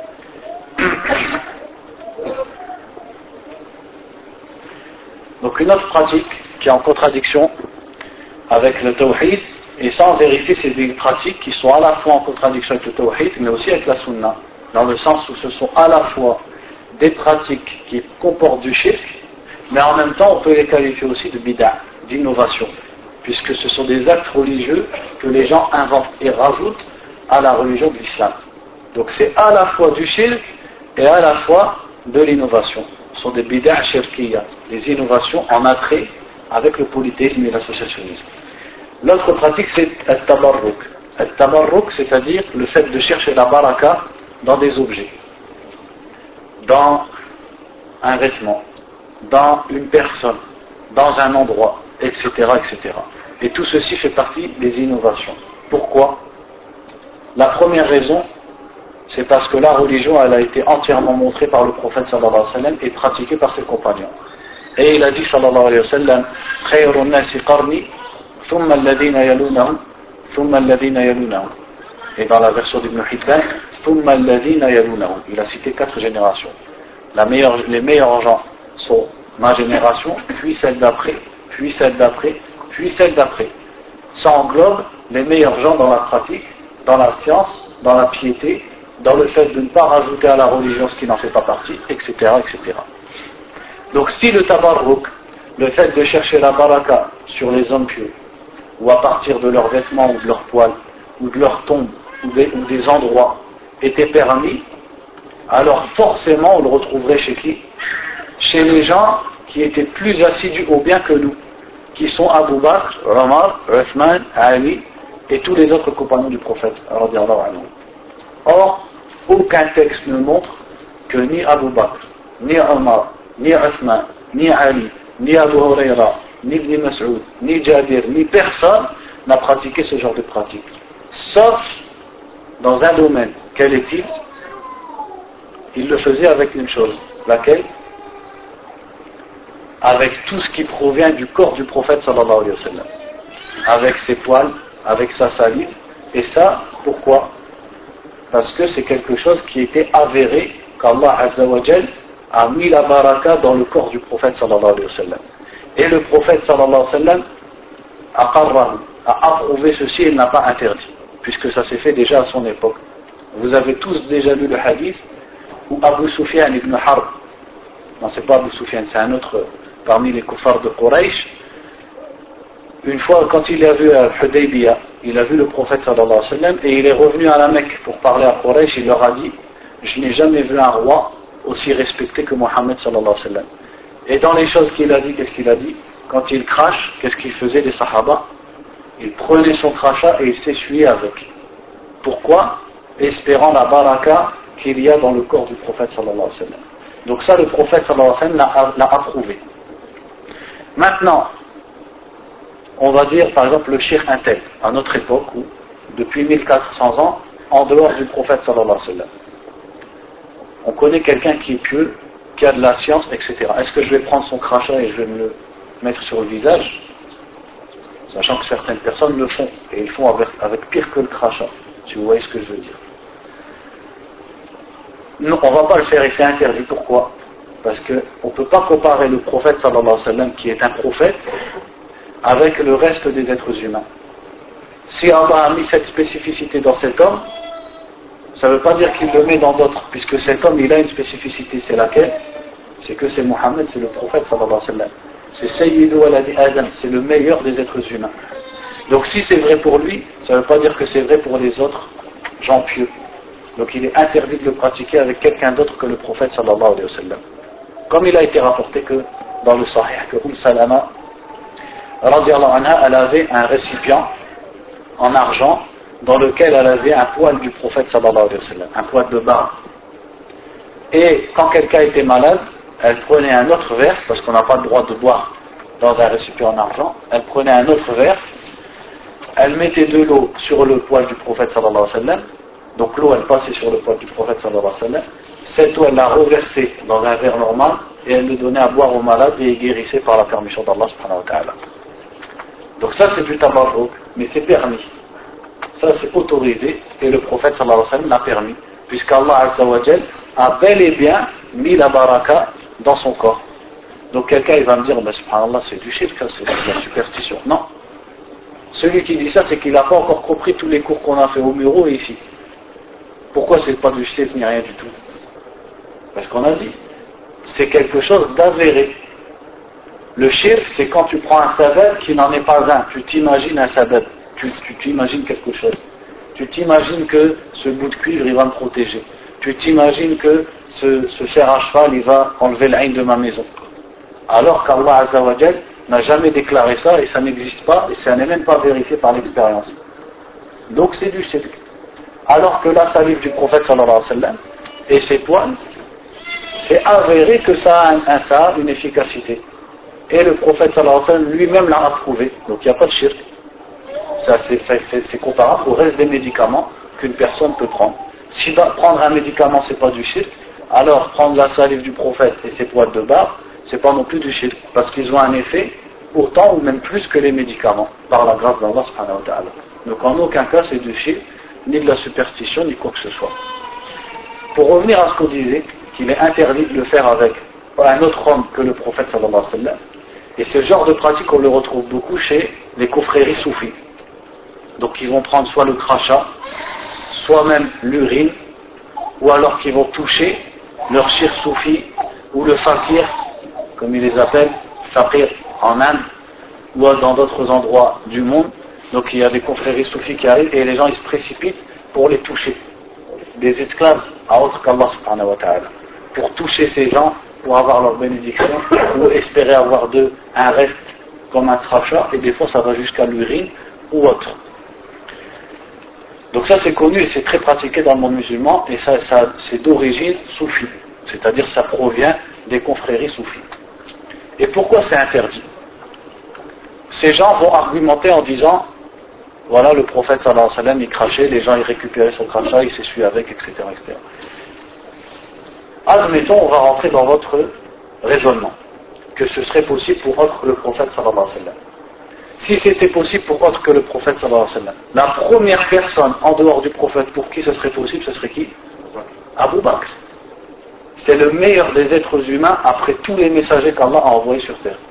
Donc une autre pratique qui est en contradiction avec le tawhid, et ça en vérité c'est des pratiques qui sont à la fois en contradiction avec le tawhid mais aussi avec la sunna, dans le sens où ce sont à la fois des pratiques qui comportent du shirk, mais en même temps on peut les qualifier aussi de bid'a, d'innovation, puisque ce sont des actes religieux que les gens inventent et rajoutent à la religion de l'islam. Donc c'est à la fois du shirk et à la fois de l'innovation. Ce sont des bid'a shirkiyya, des innovations en attrait avec le polythéisme et l'associationnisme. L'autre pratique c'est al-tabarruk. Al-tabarruk, c'est-à-dire le fait de chercher la baraka dans des objets, dans un vêtement, dans une personne, dans un endroit, etc., etc. Et tout ceci fait partie des innovations. Pourquoi? La première raison, c'est parce que la religion, elle a été entièrement montrée par le prophète sallallahu alayhi wa sallam et pratiquée par ses compagnons. Et il a dit sallallahu alayhi wa sallam: khayrun nasi qarni, thumma alladhina yalunahum, thumma alladhina yalunahum. Et dans la version d'Ibn Hibban, thumma alladhina yalunahum. Il a cité 4 générations. Les meilleurs gens sont ma génération, puis celle d'après, puis celle d'après, puis celle d'après. Ça englobe les meilleurs gens dans la pratique, dans la science, dans la piété, dans le fait de ne pas rajouter à la religion ce qui n'en fait pas partie, etc., etc. Donc si le tabarruk, le fait de chercher la baraka sur les hommes pieux, ou à partir de leurs vêtements, ou de leurs poils, ou de leurs tombes, ou des endroits, était permis, alors forcément on le retrouverait chez qui? Chez les gens qui étaient plus assidus au bien que nous, qui sont Abu Bakr, Omar, Uthman, Ali, et tous les autres compagnons du prophète, radiyallahu anhu. Or, aucun texte ne montre que ni Abu Bakr, ni Omar, ni Uthman, ni Ali, ni Abu Huraira, ni Ibn Mas'ud, ni Jabir, ni personne n'a pratiqué ce genre de pratique. Sauf dans un domaine. Quel est-il? il le faisait avec une chose, laquelle? Avec tout ce qui provient du corps du prophète sallallahu alayhi wa sallam, avec ses poils, avec sa salive. Et ça, pourquoi? Parce que c'est quelque chose qui était avéré qu'Allah Azza wa Jal a mis la baraka dans le corps du prophète sallallahu alayhi wa sallam. Et le prophète sallallahu alayhi wa sallam a approuvé ceci et n'a pas interdit, puisque ça s'est fait déjà à son époque. Vous avez tous déjà lu le hadith où Abu Sufyan ibn Harb, non c'est pas Abu Sufyan, c'est un autre parmi les kuffars de Quraysh, une fois quand il a vu Hudaybiyah, il a vu le prophète sallallahu alayhi wa sallam et il est revenu à la Mecque pour parler à Quraysh. Il leur a dit: je n'ai jamais vu un roi aussi respecté que Mohammed sallallahu alayhi wa sallam. Et dans les choses qu'il a dit, qu'est-ce qu'il a dit? Quand il crache, qu'est-ce qu'il faisait les sahaba? Il prenait son crachat et il s'essuyait avec. Pourquoi? Espérant la baraka qu'il y a dans le corps du prophète sallallahu alayhi wa sallam. Donc ça, le prophète sallallahu alayhi wa sallam l'a approuvé. Maintenant, on va dire par exemple le shirk intel, à notre époque, où depuis 1400 ans, en dehors du prophète sallallahu alayhi wa sallam, on connaît quelqu'un qui est pieux, qui a de la science, etc. Est-ce que je vais prendre son crachat et je vais me le mettre sur le visage? Sachant que certaines personnes le font, et ils font avec pire que le crachat, si vous voyez ce que je veux dire. Non, on ne va pas le faire et c'est interdit. Pourquoi? Parce qu'on ne peut pas comparer le prophète sallallahu alayhi wa sallam, qui est un prophète, avec le reste des êtres humains. Si Allah a mis cette spécificité dans cet homme, ça ne veut pas dire qu'il le met dans d'autres, puisque cet homme il a une spécificité, c'est laquelle? C'est que c'est Mohammed, c'est le prophète sallallahu alayhi wa sallam. C'est Sayyidu waladi Adam, c'est le meilleur des êtres humains. Donc si c'est vrai pour lui, ça ne veut pas dire que c'est vrai pour les autres gens pieux. Donc il est interdit de le pratiquer avec quelqu'un d'autre que le prophète sallallahu alayhi wa sallam. Comme il a été rapporté que dans le Sahih, que Salama radiallahu anha, elle avait un récipient en argent dans lequel elle avait un poil du prophète sallallahu alayhi wa sallam, un poil de barbe. Et quand quelqu'un était malade, elle prenait un autre verre, parce qu'on n'a pas le droit de boire dans un récipient en argent, elle prenait un autre verre, elle mettait de l'eau sur le poil du prophète sallallahu alayhi wa sallam, donc l'eau elle passait sur le poil du prophète sallallahu alayhi wa sallam, cette eau elle la reversait dans un verre normal et elle le donnait à boire au malade et il guérissait par la permission d'Allah subhanahu wa ta'ala. Donc ça c'est du tabarruk, mais c'est permis. Ça c'est autorisé et le prophète sallallahu alayhi wa sallam l'a permis, puisqu'Allah azza wa jal a bel et bien mis la baraka dans son corps. Donc quelqu'un il va me dire, subhanallah c'est du shirk, c'est de la superstition. Non. Celui qui dit ça, c'est qu'il n'a pas encore compris tous les cours qu'on a fait au bureau et ici. Pourquoi c'est pas du shirk ni rien du tout? Parce qu'on a dit, c'est quelque chose d'avéré. Le shirk, c'est quand tu prends un sabab qui n'en est pas un. Tu t'imagines un sabab. Tu t'imagines quelque chose. Tu t'imagines que ce bout de cuivre, il va me protéger. Tu t'imagines que ce fer à cheval, il va enlever l'aïn de ma maison. Alors qu'Allah Azza wa Jal n'a jamais déclaré ça et ça n'existe pas et ça n'est même pas vérifié par l'expérience. Donc c'est du shirk. Alors que la salive du prophète sallallahu alayhi wa sallam et ses poils, c'est avéré que ça a une efficacité. Et le prophète sallallahu alayhi wa sallam lui-même l'a approuvé. Donc il n'y a pas de shirk. C'est comparable au reste des médicaments qu'une personne peut prendre. Si prendre un médicament c'est pas du shirk, alors prendre la salive du prophète et ses poils de barbe, c'est pas non plus du shirk, parce qu'ils ont un effet autant ou même plus que les médicaments, par la grâce d'Allah subhanahu wa ta'ala. Donc en aucun cas c'est du shirk, ni de la superstition, ni quoi que ce soit. Pour revenir à ce qu'on disait, qu'il est interdit de le faire avec un autre homme que le prophète sallallahu alayhi wa sallam, et ce genre de pratique on le retrouve beaucoup chez les confréries soufis. Donc ils vont prendre soit le crachat, soit même l'urine, ou alors qu'ils vont toucher leur shir soufi, ou le fakir, comme ils les appellent, fakir en Inde, ou dans d'autres endroits du monde. Donc il y a des confréries soufis qui arrivent, et les gens ils se précipitent pour les toucher. Des esclaves à autre qu'Allah subhanahu wa ta'ala. Pour toucher ces gens, pour avoir leur bénédiction, ou espérer avoir d'eux un reste comme un crachat, et des fois ça va jusqu'à l'urine, ou autre. Donc ça c'est connu et c'est très pratiqué dans le monde musulman et ça c'est d'origine soufie, c'est-à-dire ça provient des confréries soufis. Et pourquoi c'est interdit? Ces gens vont argumenter en disant voilà le prophète sallallahu alayhi wa sallam il crachait, les gens ils récupéraient son crachat, ils s'essuyaient avec, etc., etc. Admettons, on va rentrer dans votre raisonnement, que ce serait possible pour autre que le prophète sallallahu alayhi wa sallam. Si c'était possible pour autre que le prophète sallallahu alayhi wa sallam, la première personne en dehors du prophète pour qui ce serait possible, ce serait qui? Abu Bakr. C'est le meilleur des êtres humains après tous les messagers qu'Allah a envoyés sur terre.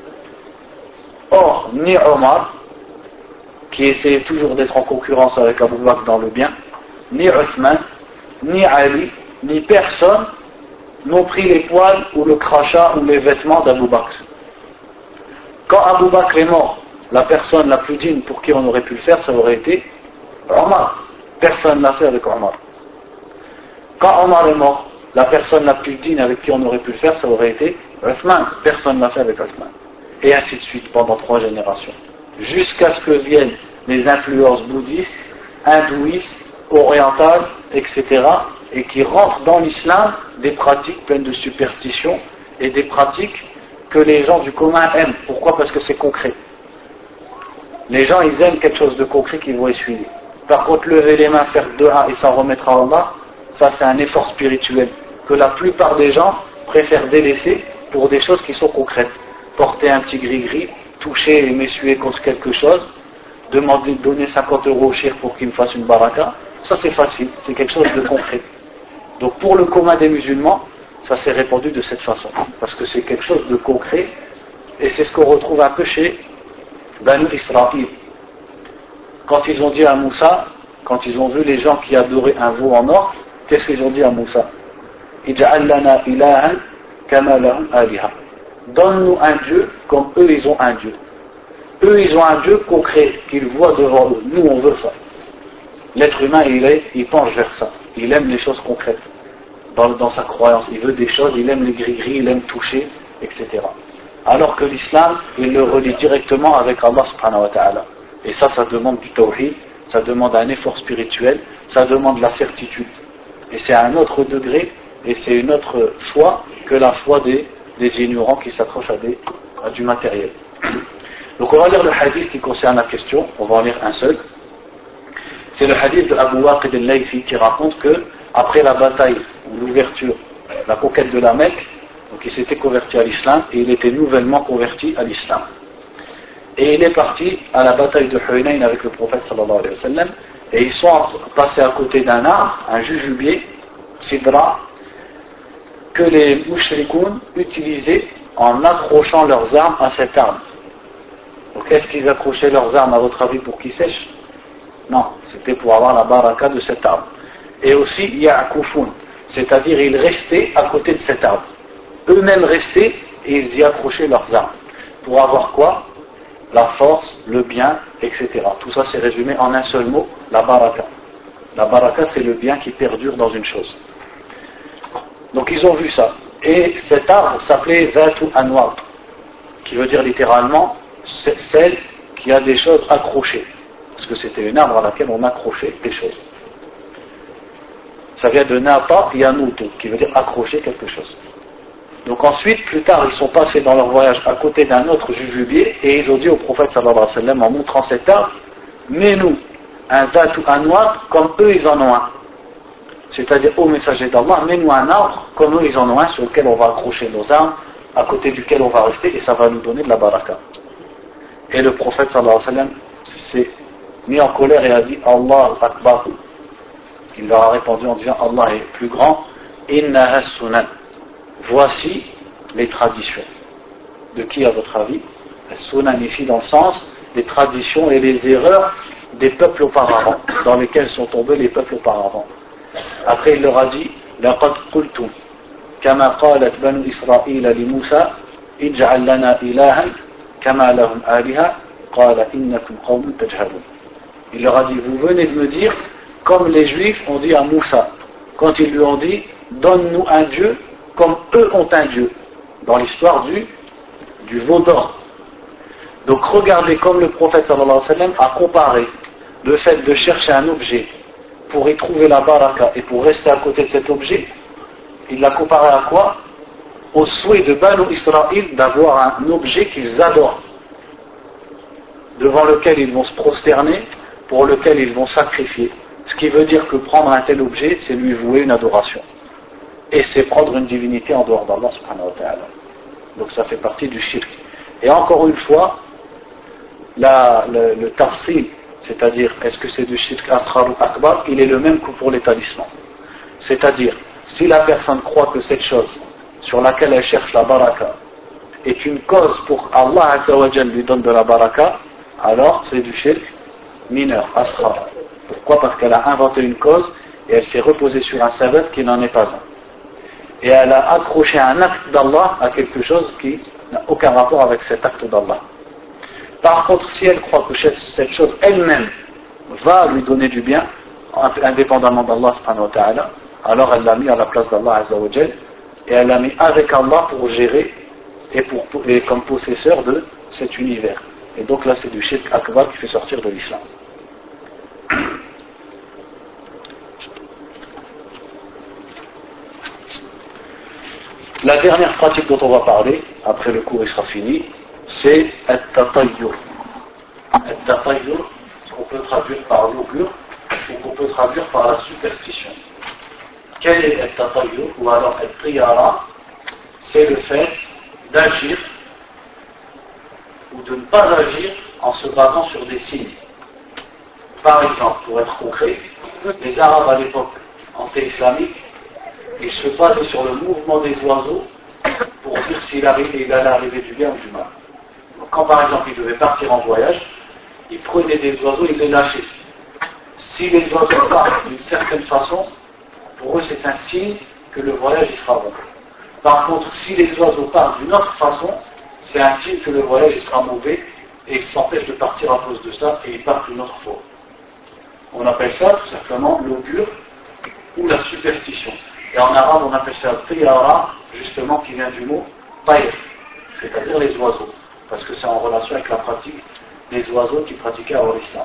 Or, ni Omar, qui essayait toujours d'être en concurrence avec Abu Bakr dans le bien, ni Uthman, ni Ali, ni personne n'ont pris les poils ou le crachat ou les vêtements d'Abu Bakr. Quand Abu Bakr est mort, la personne la plus digne pour qui on aurait pu le faire, ça aurait été Omar. Personne ne l'a fait avec Omar. Quand Omar est mort, la personne la plus digne avec qui on aurait pu le faire, ça aurait été Uthman. Personne ne l'a fait avec Uthman. Et ainsi de suite pendant 3 générations. Jusqu'à ce que viennent les influences bouddhistes, hindouistes, orientales, etc. et qui rentrent dans l'islam des pratiques pleines de superstition et des pratiques que les gens du commun aiment. Pourquoi? Parce que c'est concret. Les gens, ils aiment quelque chose de concret qu'ils vont essuyer. Par contre, lever les mains, faire dua et s'en remettre à Allah, ça c'est un effort spirituel que la plupart des gens préfèrent délaisser pour des choses qui sont concrètes. Porter un petit gris-gris, toucher et m'essuyer contre quelque chose, donner 50 € au shir pour qu'il me fasse une baraka, ça c'est facile, c'est quelque chose de concret. Donc pour le commun des musulmans, ça s'est répandu de cette façon, parce que c'est quelque chose de concret, et c'est ce qu'on retrouve un peu chez Banu Israël. Quand ils ont dit à Moussa, quand ils ont vu les gens qui adoraient un veau en or, qu'est-ce qu'ils ont dit à Moussa? Ij'al lana ilahan kama lahum aliha. Donne-nous un Dieu comme eux ils ont un Dieu. Eux ils ont un Dieu concret qu'ils voient devant eux. Nous on veut ça. L'être humain il penche vers ça. Il aime les choses concrètes dans sa croyance. Il veut des choses, il aime les gris-gris, il aime toucher, etc. Alors que l'islam il le relie directement avec Allah subhanahu wa ta'ala. Et ça demande du tawhid, ça demande un effort spirituel, ça demande la certitude. Et c'est à un autre degré et c'est une autre foi que la foi des ignorants qui s'accrochent à du matériel. Donc on va lire le hadith qui concerne la question, on va en lire un seul. C'est le hadith de Abu Waqid al-Laythi qui raconte que après la bataille ou l'ouverture, la conquête de la Mecque, donc il s'était converti à l'islam et il était nouvellement converti à l'islam. Et il est parti à la bataille de Hunayn avec le prophète sallallahu alayhi wa sallam et ils sont passés à côté d'un arbre, un jujubier, sidra, que les mushrikoun utilisaient en accrochant leurs armes à cet arbre. Donc est-ce qu'ils accrochaient leurs armes à votre avis pour qu'ils sèchent? Non, c'était pour avoir la baraka de cet arbre. Et aussi ya'kufun, c'est-à-dire ils restaient à côté de cet arbre. Eux-mêmes restaient et ils y accrochaient leurs armes. Pour avoir quoi? La force, le bien, etc. Tout ça c'est résumé en un seul mot, la baraka. La baraka c'est le bien qui perdure dans une chose. Donc ils ont vu ça. Et cet arbre s'appelait Zatu Anwar, qui veut dire littéralement celle qui a des choses accrochées. Parce que c'était une arbre à laquelle on accrochait des choses. Ça vient de Nata Yanutu, qui veut dire accrocher quelque chose. Donc ensuite, plus tard, ils sont passés dans leur voyage à côté d'un autre jujubier et ils ont dit au prophète sallallahu alayhi wa sallam en montrant cet arbre, mets-nous un Zatu Anwar comme eux ils en ont un. C'est-à-dire au messager d'Allah, mets-nous un arbre comme eux ils en ont un sur lequel on va accrocher nos armes, à côté duquel on va rester et ça va nous donner de la baraka. Et le prophète sallallahu alayhi wa sallam s'est mis en colère et a dit Allah Akbar. Il leur a répondu en disant Allah est plus grand, innaha sunan. Voici les traditions. De qui à votre avis? Sunan ici dans le sens des traditions et des erreurs des peuples auparavant, dans lesquels sont tombés les peuples auparavant. Après il leur a dit laqad qultum kama qalat banu Israël li Moussa ij'al lana ilahan kama lahum aliha qala innakum qawmun tajhalun. Il leur a dit vous venez de me dire comme les juifs ont dit à Moussa quand ils lui ont dit donne-nous un Dieu comme eux ont un Dieu dans l'histoire du veau d'or. Donc regardez comme le prophète sallallahu alayhi wa sallam a comparé le fait de chercher un objet pour y trouver la baraka et pour rester à côté de cet objet, il l'a comparé à quoi? Au souhait de Banu Israël d'avoir un objet qu'ils adorent, devant lequel ils vont se prosterner, pour lequel ils vont sacrifier. Ce qui veut dire que prendre un tel objet, c'est lui vouer une adoration. et c'est prendre une divinité en dehors d'Allah subhanahu wa ta'ala. Donc ça fait partie du shirk. Et encore une fois, le tafsil, c'est-à-dire est-ce que c'est du shirk asghar ou akbar, il est le même que pour les talismans. C'est-à-dire, si la personne croit que cette chose sur laquelle elle cherche la baraka est une cause pour Allah Azza wa Jal lui donne de la baraka, alors c'est du shirk mineur, asghar. Pourquoi? Parce qu'elle a inventé une cause et elle s'est reposée sur un sabbat qui n'en est pas un. Et elle a accroché un acte d'Allah à quelque chose qui n'a aucun rapport avec cet acte d'Allah. Par contre, si elle croit que cette chose elle-même va lui donner du bien, indépendamment d'Allah subhanahu wa ta'ala, alors elle l'a mis à la place d'Allah Azza wa Jal, et elle l'a mis avec Allah pour gérer et comme possesseur de cet univers. Et donc là c'est du shirk akbar qui fait sortir de l'islam. La dernière pratique dont on va parler, après le cours il sera fini, c'est at-tatayyur. At-tatayyur, qu'on peut traduire par l'augure, ou qu'on peut traduire par la superstition. Quel est at-tatayyur, ou alors at-tiyara? C'est le fait d'agir ou de ne pas agir en se basant sur des signes. Par exemple, pour être concret, les Arabes à l'époque anté-islamique, ils se basaient sur le mouvement des oiseaux pour dire s'il allait arriver du bien ou du mal. Donc, quand par exemple ils devaient partir en voyage, ils prenaient des oiseaux et ils les lâchaient. Si les oiseaux partent d'une certaine façon, pour eux c'est un signe que le voyage il sera bon. Par contre, si les oiseaux partent d'une autre façon, c'est un signe que le voyage il sera mauvais et ils s'empêchent de partir à cause de ça et ils partent une autre fois. On appelle ça tout simplement l'augure ou la superstition. Et en arabe on appelle ça tiyara, justement qui vient du mot tayr, c'est-à-dire les oiseaux, parce que c'est en relation avec la pratique des oiseaux qui pratiquaient avant l'islam.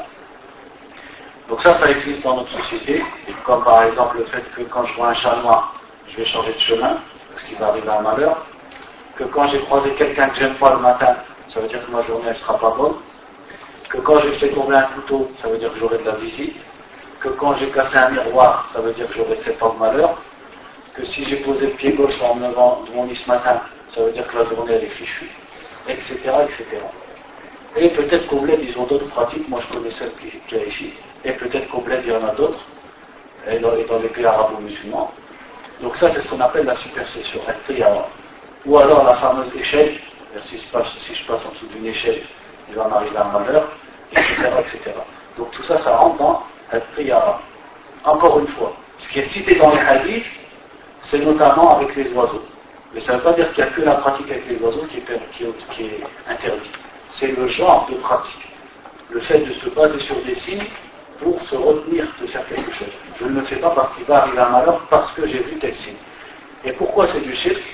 Donc ça existe dans notre société, comme par exemple le fait que quand je vois un chat noir, je vais changer de chemin, parce qu'il va arriver un malheur, que quand j'ai croisé quelqu'un que j'aime pas le matin, ça veut dire que ma journée elle sera pas bonne, que quand j'ai fait tomber un couteau, ça veut dire que j'aurai de la visite, que quand j'ai cassé un miroir, ça veut dire que j'aurai 7 ans de malheur, que si j'ai posé le pied gauche en me levant de mon lit ce matin, ça veut dire que la journée elle est fichue, etc. etc. Et peut-être qu'au bled ils ont d'autres pratiques, moi je connais celle qu'il y a ici, et peut-être qu'au bled il y en a d'autres, et dans les pays arabo-musulmans. Donc ça c'est ce qu'on appelle la superstition, al-tiyara. Ou alors la fameuse échelle, si je passe en dessous d'une échelle, il va m'arriver un malheur, etc. etc. Donc tout ça, ça rentre dans al-tiyara. Encore une fois, ce qui est cité dans les hadiths, c'est notamment avec les oiseaux. Mais ça ne veut pas dire qu'il n'y a que la pratique avec les oiseaux qui est interdite. C'est le genre de pratique. Le fait de se baser sur des signes pour se retenir de faire quelque chose. Je ne le fais pas parce qu'il va arriver un malheur, parce que j'ai vu tel signe. Et pourquoi c'est du shirk?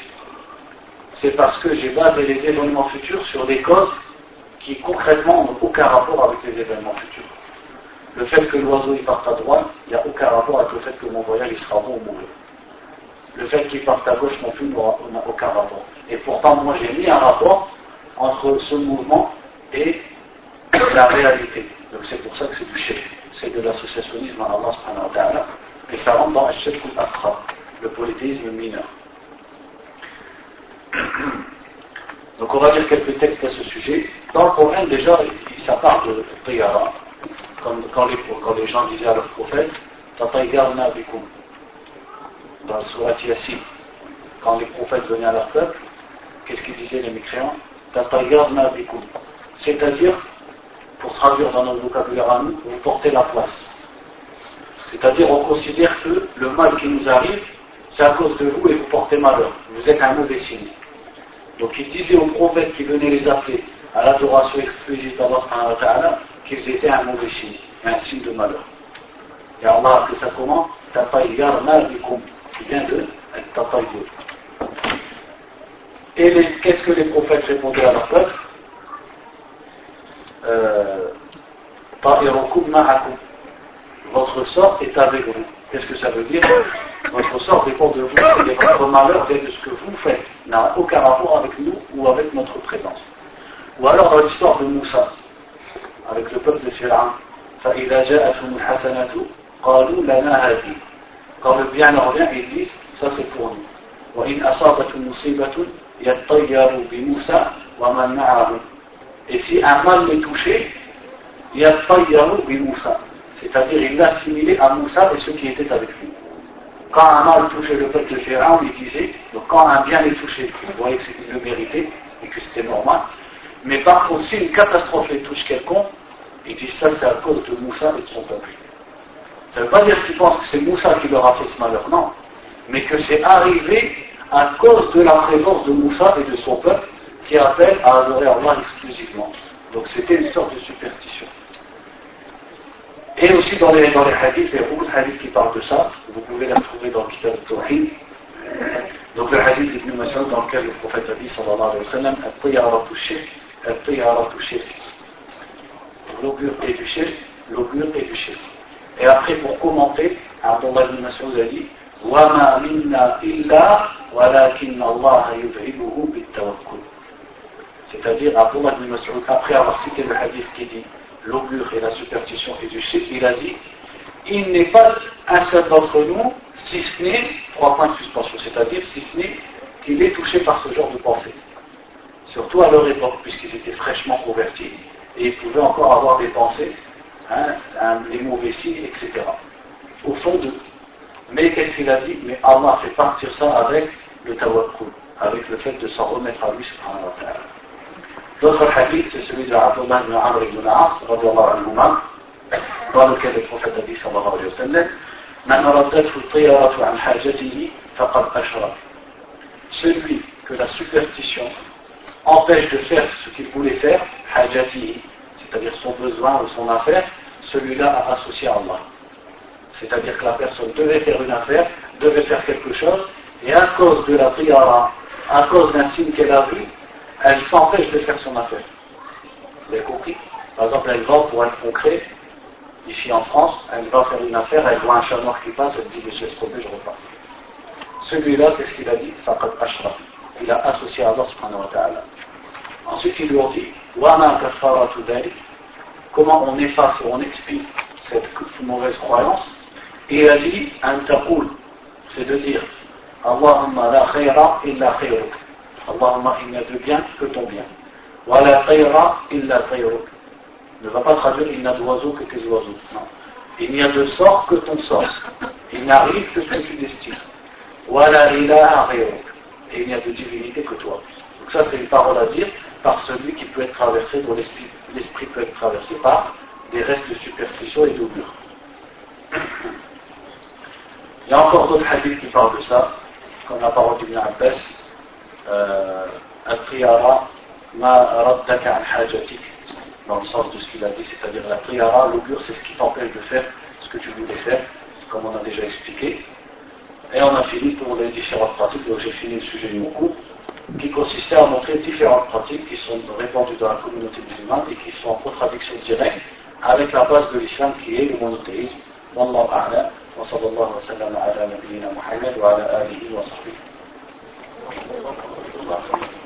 C'est parce que j'ai basé les événements futurs sur des causes qui concrètement n'ont aucun rapport avec les événements futurs. Le fait que l'oiseau il parte à droite, il n'y a aucun rapport avec le fait que mon voyage il sera bon ou mauvais. Le fait qu'il parte à gauche non plus n'a aucun rapport. Et pourtant, moi j'ai mis un rapport entre ce mouvement et la réalité. Donc c'est pour ça que c'est du shirk. C'est de l'associationnisme à Allah subhanahu wa ta'ala. Et ça rentre dans al-shirk al-asghar, le polythéisme mineur. Donc on va lire quelques textes à ce sujet. Dans le Coran, déjà, ça parle de tiyara. Quand les gens disaient à leur prophète, Tatayyarna bikum. Dans le surat Yasin, quand les prophètes venaient à leur peuple, qu'est-ce qu'ils disaient les mécréants? Tatayyarna bikum. C'est-à-dire, pour traduire dans notre vocabulaire à nous, vous portez la place. C'est-à-dire, on considère que le mal qui nous arrive, c'est à cause de vous et vous portez malheur. Vous êtes un mauvais signe. Donc ils disaient aux prophètes qui venaient les appeler à l'adoration exclusive d'Allah subhanahu wa ta'ala qu'ils étaient un mauvais signe, un signe de malheur. Et Allah a appelé ça comment? Tatayyarna bikum, qui vient de tatayyur. Et qu'est-ce que les prophètes répondaient à leur peuple? Ta'irukum ma'akum. Votre sort est avec vous. Qu'est-ce que ça veut dire? Votre sort dépend de vous, et votre malheur vient de ce que vous faites. N'a aucun rapport avec nous ou avec notre présence. Ou alors dans l'histoire de Moussa, avec le peuple de Pharaon, فَإِذَا جَاءَتْهُمُ الْحَسَنَةُ قَالُوا لَنَا هَذِهِ. Quand le bien leur vient, ils disent, Ça c'est pour nous. وَإِنْ أَصَابَتْ مُصِيبَةٌ يَطَّيَّرُ بِمُوسَى وَمَنْ مَعَهُ. Et si un mal les touchait, يَطَّيَّرُ بِمُوسَى, c'est-à-dire il l'a assimilé à Moussa et ceux qui étaient avec lui. Quand un mal touchait le peuple de Pharaon, il disait, donc quand un bien les touchait, il voyait que c'était le mérité et que c'était normal. Mais par contre, si une catastrophe les touche quelconque, il dit ça c'est à cause de Moussa et de son peuple. Ça ne veut pas dire qu'ils pensent que c'est Moussa qui leur a fait ce malheur, non. Mais que c'est arrivé à cause de la présence de Moussa et de son peuple qui appellent à adorer Allah exclusivement. Donc c'était une sorte de superstition. Et aussi dans les hadiths, il y a beaucoup de hadiths qui parlent de ça. Vous pouvez les retrouver dans le Kitab al-Tawhid. Donc le hadith d'Ibn Mas'ud dans lequel le prophète a dit sallallahu alayhi wa sallam, at-tiyaratu shirk, at-tiyaratu shirk. L'augure et du shirk, l'augure et du shirk. Et après pour commenter, Abdullah ibn Mas'ud a dit, wa ma minna illa walakin Allah yuzhibuhu bit-tawakkul. C'est-à-dire Abdullah ibn Mas'ud, après avoir cité le hadith qui dit l'augure et la superstition et du shirk, il a dit, il n'est pas un seul d'entre nous, si ce n'est, 3 points de suspension, c'est-à-dire si ce n'est qu'il est touché par ce genre de pensée. Surtout à leur époque, puisqu'ils étaient fraîchement convertis, et ils pouvaient encore avoir des pensées, les mauvais signes, etc. Au fond d'eux. Mais qu'est-ce qu'il a dit? Mais Allah fait partir ça avec le tawakkul, avec le fait de s'en remettre à lui, subhanahu wa ta'ala. L'autre hadith, c'est celui de Abdullah ibn Amr ibn As, radiyallahu anhuma, dans lequel le prophète a dit, sallallahu alayhi wa sallam, Man raddathu at-tiyaratu an hajatihi faqad ashrak. Celui que la superstition empêche de faire ce qu'il voulait faire, hajatihi, c'est-à-dire son besoin ou son affaire, celui-là a associé à Allah. C'est-à-dire que la personne devait faire une affaire, devait faire quelque chose, et à cause de la tiyara, à cause d'un signe qu'elle a vu, elle s'empêche de faire son affaire. Vous avez compris? Par exemple, elle va pour être concret, ici en France, elle va faire une affaire, elle voit un chat noir qui passe, elle dit je suis estrompé, je repars. Celui-là, qu'est-ce qu'il a dit? Faqad ashraf. Il a associé à Allah subhanahu wa ta'ala. Ensuite, ils lui ont dit wa ma kafaratu dhalik. Comment on efface et on explique cette mauvaise croyance? Et il a dit an taqul, c'est de dire Allahumma la khayra illa khayruk. Allahumma, il n'y a de bien que ton bien. Wa la tayra illa tayruk. Ne va pas traduire il n'y a d'oiseaux que tes oiseaux. Non. Il n'y a de sort que ton sort. Il n'arrive que ce que tu destines. Wa la ilaha ghayruk. Et il n'y a de divinité que toi. Donc ça c'est une parole à dire par celui qui peut être traversé, dont l'esprit peut être traversé par des restes de superstition et d'augure. Il y a encore d'autres hadiths qui parlent de ça, comme la parole d'Ibn Abbas, al-qiyara ma raddaka an hajatik, dans le sens de ce qu'il a dit, c'est-à-dire la qiyara, l'augure, c'est ce qui t'empêche de faire ce que tu voulais faire, comme on a déjà expliqué. Et on a fini pour les différentes pratiques, donc j'ai fini le sujet de mon cours, qui consistait à montrer différentes pratiques qui sont répandues dans la communauté musulmane et qui sont en contradiction directe avec la base de l'islam qui est le monothéisme. Wallahu a'lam, wa sallallahu wa sallam ala nabiyyina Muhammad wa ala alihi wa sahbihi.